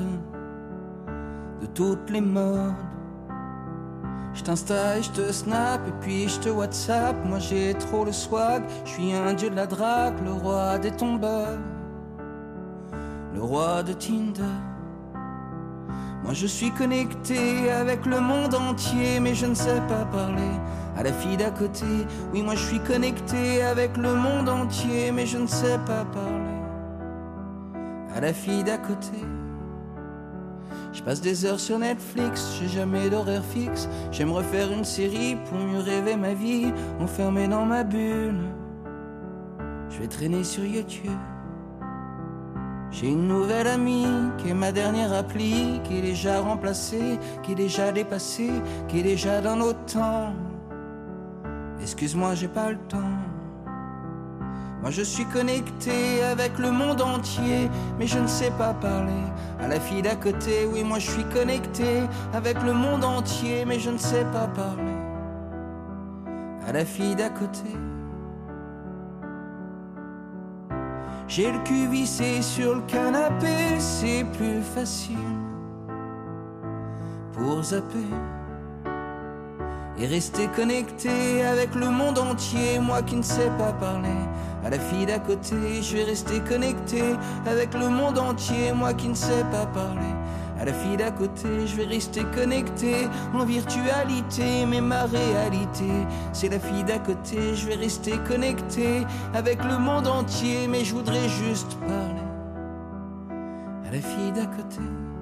de toutes les modes. Je t'insta et je te snap et puis je te WhatsApp. Moi j'ai trop le swag, je suis un dieu de la drague, le roi des tombeurs, le roi de Tinder. Moi je suis connecté avec le monde entier, mais je ne sais pas parler à la fille d'à côté. Oui, moi je suis connecté avec le monde entier, mais je ne sais pas parler à la fille d'à côté. Je passe des heures sur Netflix, j'ai jamais d'horaire fixe. J'aime refaire une série pour mieux rêver ma vie, enfermé dans ma bulle. Je vais traîner sur YouTube. J'ai une nouvelle amie qui est ma dernière appli, qui est déjà remplacée, qui est déjà dépassée, qui est déjà dans nos temps. Excuse-moi, j'ai pas le temps. Moi je suis connecté avec le monde entier, mais je ne sais pas parler à la fille d'à côté. Oui, moi je suis connecté avec le monde entier, mais je ne sais pas parler à la fille d'à côté. J'ai le cul vissé sur le canapé, c'est plus facile pour zapper et rester connecté avec le monde entier. Moi qui ne sais pas parler à la fille d'à côté, je vais rester connecté avec le monde entier. Moi qui ne sais pas parler à la fille d'à côté, je vais rester connecté en virtualité. Mais ma réalité, c'est la fille d'à côté. Je vais rester connecté avec le monde entier, mais je voudrais juste parler à la fille d'à côté.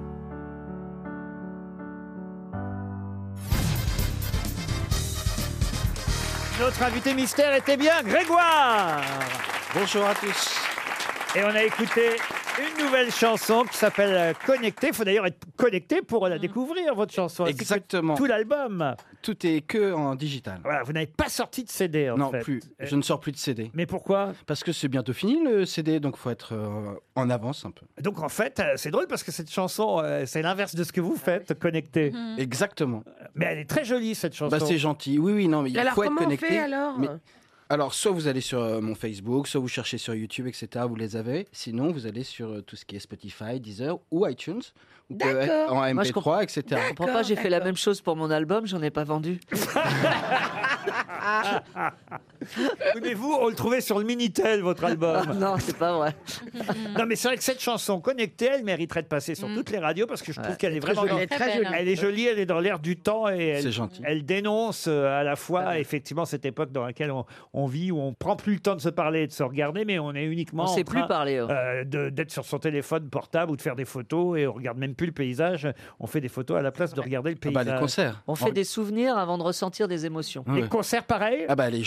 Notre invité mystère était bien Grégoire. Bonjour à tous. Et on a écouté une nouvelle chanson qui s'appelle euh, Connecté. Il faut d'ailleurs être connecté pour la découvrir, votre chanson. ainsi que Exactement. Tout l'album. Tout est que en digital. Voilà, vous n'avez pas sorti de C D en non, fait. plus. Je ne sors plus de C D. Mais pourquoi? Parce que c'est bientôt fini le C D, donc il faut être euh, en avance un peu. Donc en fait, euh, c'est drôle parce que cette chanson, euh, c'est l'inverse de ce que vous faites, Connecté. Exactement. Mais elle est très jolie cette chanson. Bah, c'est gentil. Oui, oui, non, mais il Alors, faut être comment on connecté. fait, alors mais- Alors, soit vous allez sur euh, mon Facebook, soit vous cherchez sur YouTube, et cetera. Vous les avez. Sinon, vous allez sur euh, tout ce qui est Spotify, Deezer ou iTunes. Ou peut être D'accord. en M P trois, Moi, je comprends- et cetera. Je comprends pas, j'ai fait la même chose pour mon album, j'en ai pas vendu. Oui, mais vous, on le trouvait sur le Minitel, votre album. Ah, non, c'est pas vrai. Non, mais c'est vrai que cette chanson Connectée, elle mériterait de passer sur toutes les radios parce que je trouve Ouais. qu'elle est Très vraiment. jolie. Elle est très jolie. Elle est jolie, elle est dans l'air du temps et elle, C'est gentil. elle dénonce euh, à la fois effectivement cette époque dans laquelle on, on vit où on prend plus le temps de se parler et de se regarder, mais on est uniquement On en sait train, plus parler, oh. euh, de- d'être sur son téléphone portable ou de faire des photos et on regarde même plus le paysage. On fait des photos à la place de regarder le Ah bah, paysage. les concerts. On fait des souvenirs avant de ressentir des émotions. Ouais. Les concerts, pareil. Ah bah les gens regardent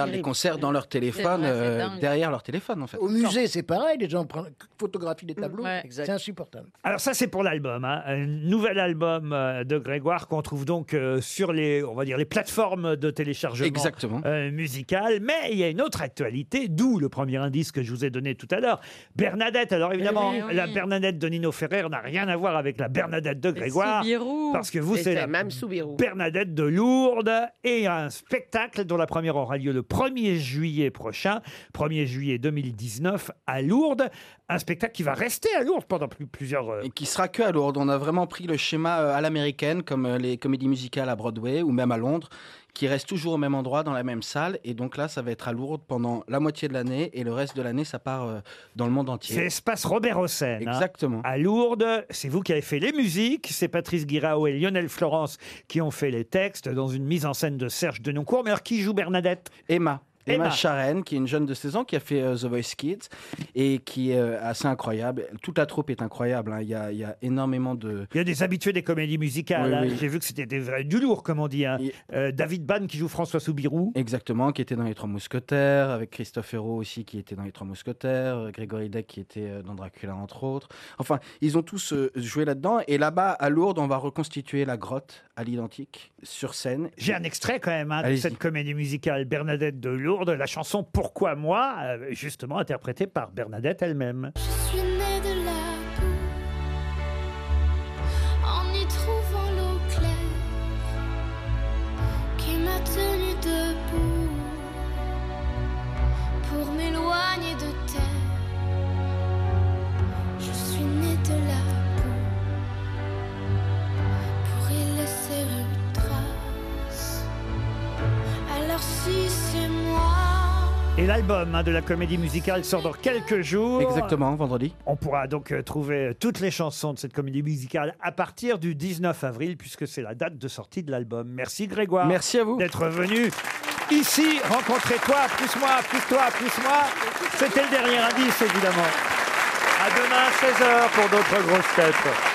regardent les concerts dans leur téléphone, C'est vrai, c'est euh, dingue. derrière leur téléphone en fait. Au musée, c'est pareil, les gens prennent, photographient des tableaux. Ouais. C'est insupportable. Alors ça, c'est pour l'album. Hein. Un nouvel album euh, de Grégoire qu'on trouve donc euh, sur les, on va dire, les plateformes de téléchargement Exactement. euh, musical. Mais il y a une autre actualité, d'où le premier indice que je vous ai donné tout à l'heure. Bernadette. Alors évidemment, oui, oui. la Bernadette de Nino Ferrer n'a rien à voir avec la Bernadette de Grégoire. Soubirous. Parce que vous, Et c'est c'est la même Soubirous. Bernadette de Lourdes et un spectacle dont la première aura lieu le premier juillet prochain, premier juillet deux mille dix-neuf à Lourdes. Un spectacle qui va rester à Lourdes pendant plus, plusieurs... euh, Et qui sera que à Lourdes. On a vraiment pris le schéma euh, à l'américaine, comme euh, les comédies musicales à Broadway ou même à Londres, qui restent toujours au même endroit, dans la même salle. Et donc là, ça va être à Lourdes pendant la moitié de l'année. Et le reste de l'année, ça part euh, dans le monde entier. C'est Espace Robert Hossein. hein, Exactement. à Lourdes. C'est vous qui avez fait les musiques. C'est Patrice Guirao et Lionel Florence qui ont fait les textes dans une mise en scène de Serge Denoncourt. Mais alors, qui joue Bernadette? Emma. Emma, Emma. Charen, qui est une jeune de seize ans, qui a fait euh, The Voice Kids et qui est euh, assez incroyable. Toute la troupe est incroyable. hein. Il y, a, il y a énormément de... Il y a des habitués des comédies musicales. Oui, hein. oui. J'ai vu que c'était des vrais- du lourd, comme on dit. hein. Euh, David Bann qui joue François Soubirous. Exactement, qui était dans Les Trois Mousquetaires, avec Christophe Hérault aussi, qui était dans Les Trois Mousquetaires, euh, Grégory Deck, qui était euh, dans Dracula, entre autres. Enfin, ils ont tous euh, joué là-dedans. Et là-bas, à Lourdes, on va reconstituer la grotte à l'identique, sur scène. J'ai un extrait quand même hein, de Allez-y. cette comédie musicale Bernadette de Lourdes, la chanson Pourquoi moi, euh, justement interprétée par Bernadette elle-même. Je suis née de la boue, en y trouvant l'eau claire, qui m'a tenue debout, pour m'éloigner de terre. Je suis née de la boue, pour y laisser une trace. Alors si c'est moi. Et l'album hein, de la comédie musicale sort dans quelques jours. Exactement, vendredi. On pourra donc euh, trouver toutes les chansons de cette comédie musicale à partir du dix-neuf avril, puisque c'est la date de sortie de l'album. Merci Grégoire. Merci à vous. D'être venu ici, rencontrer toi, plus moi, plus toi, plus moi. C'était le dernier indice, évidemment. À demain, seize heures, pour d'autres grosses têtes.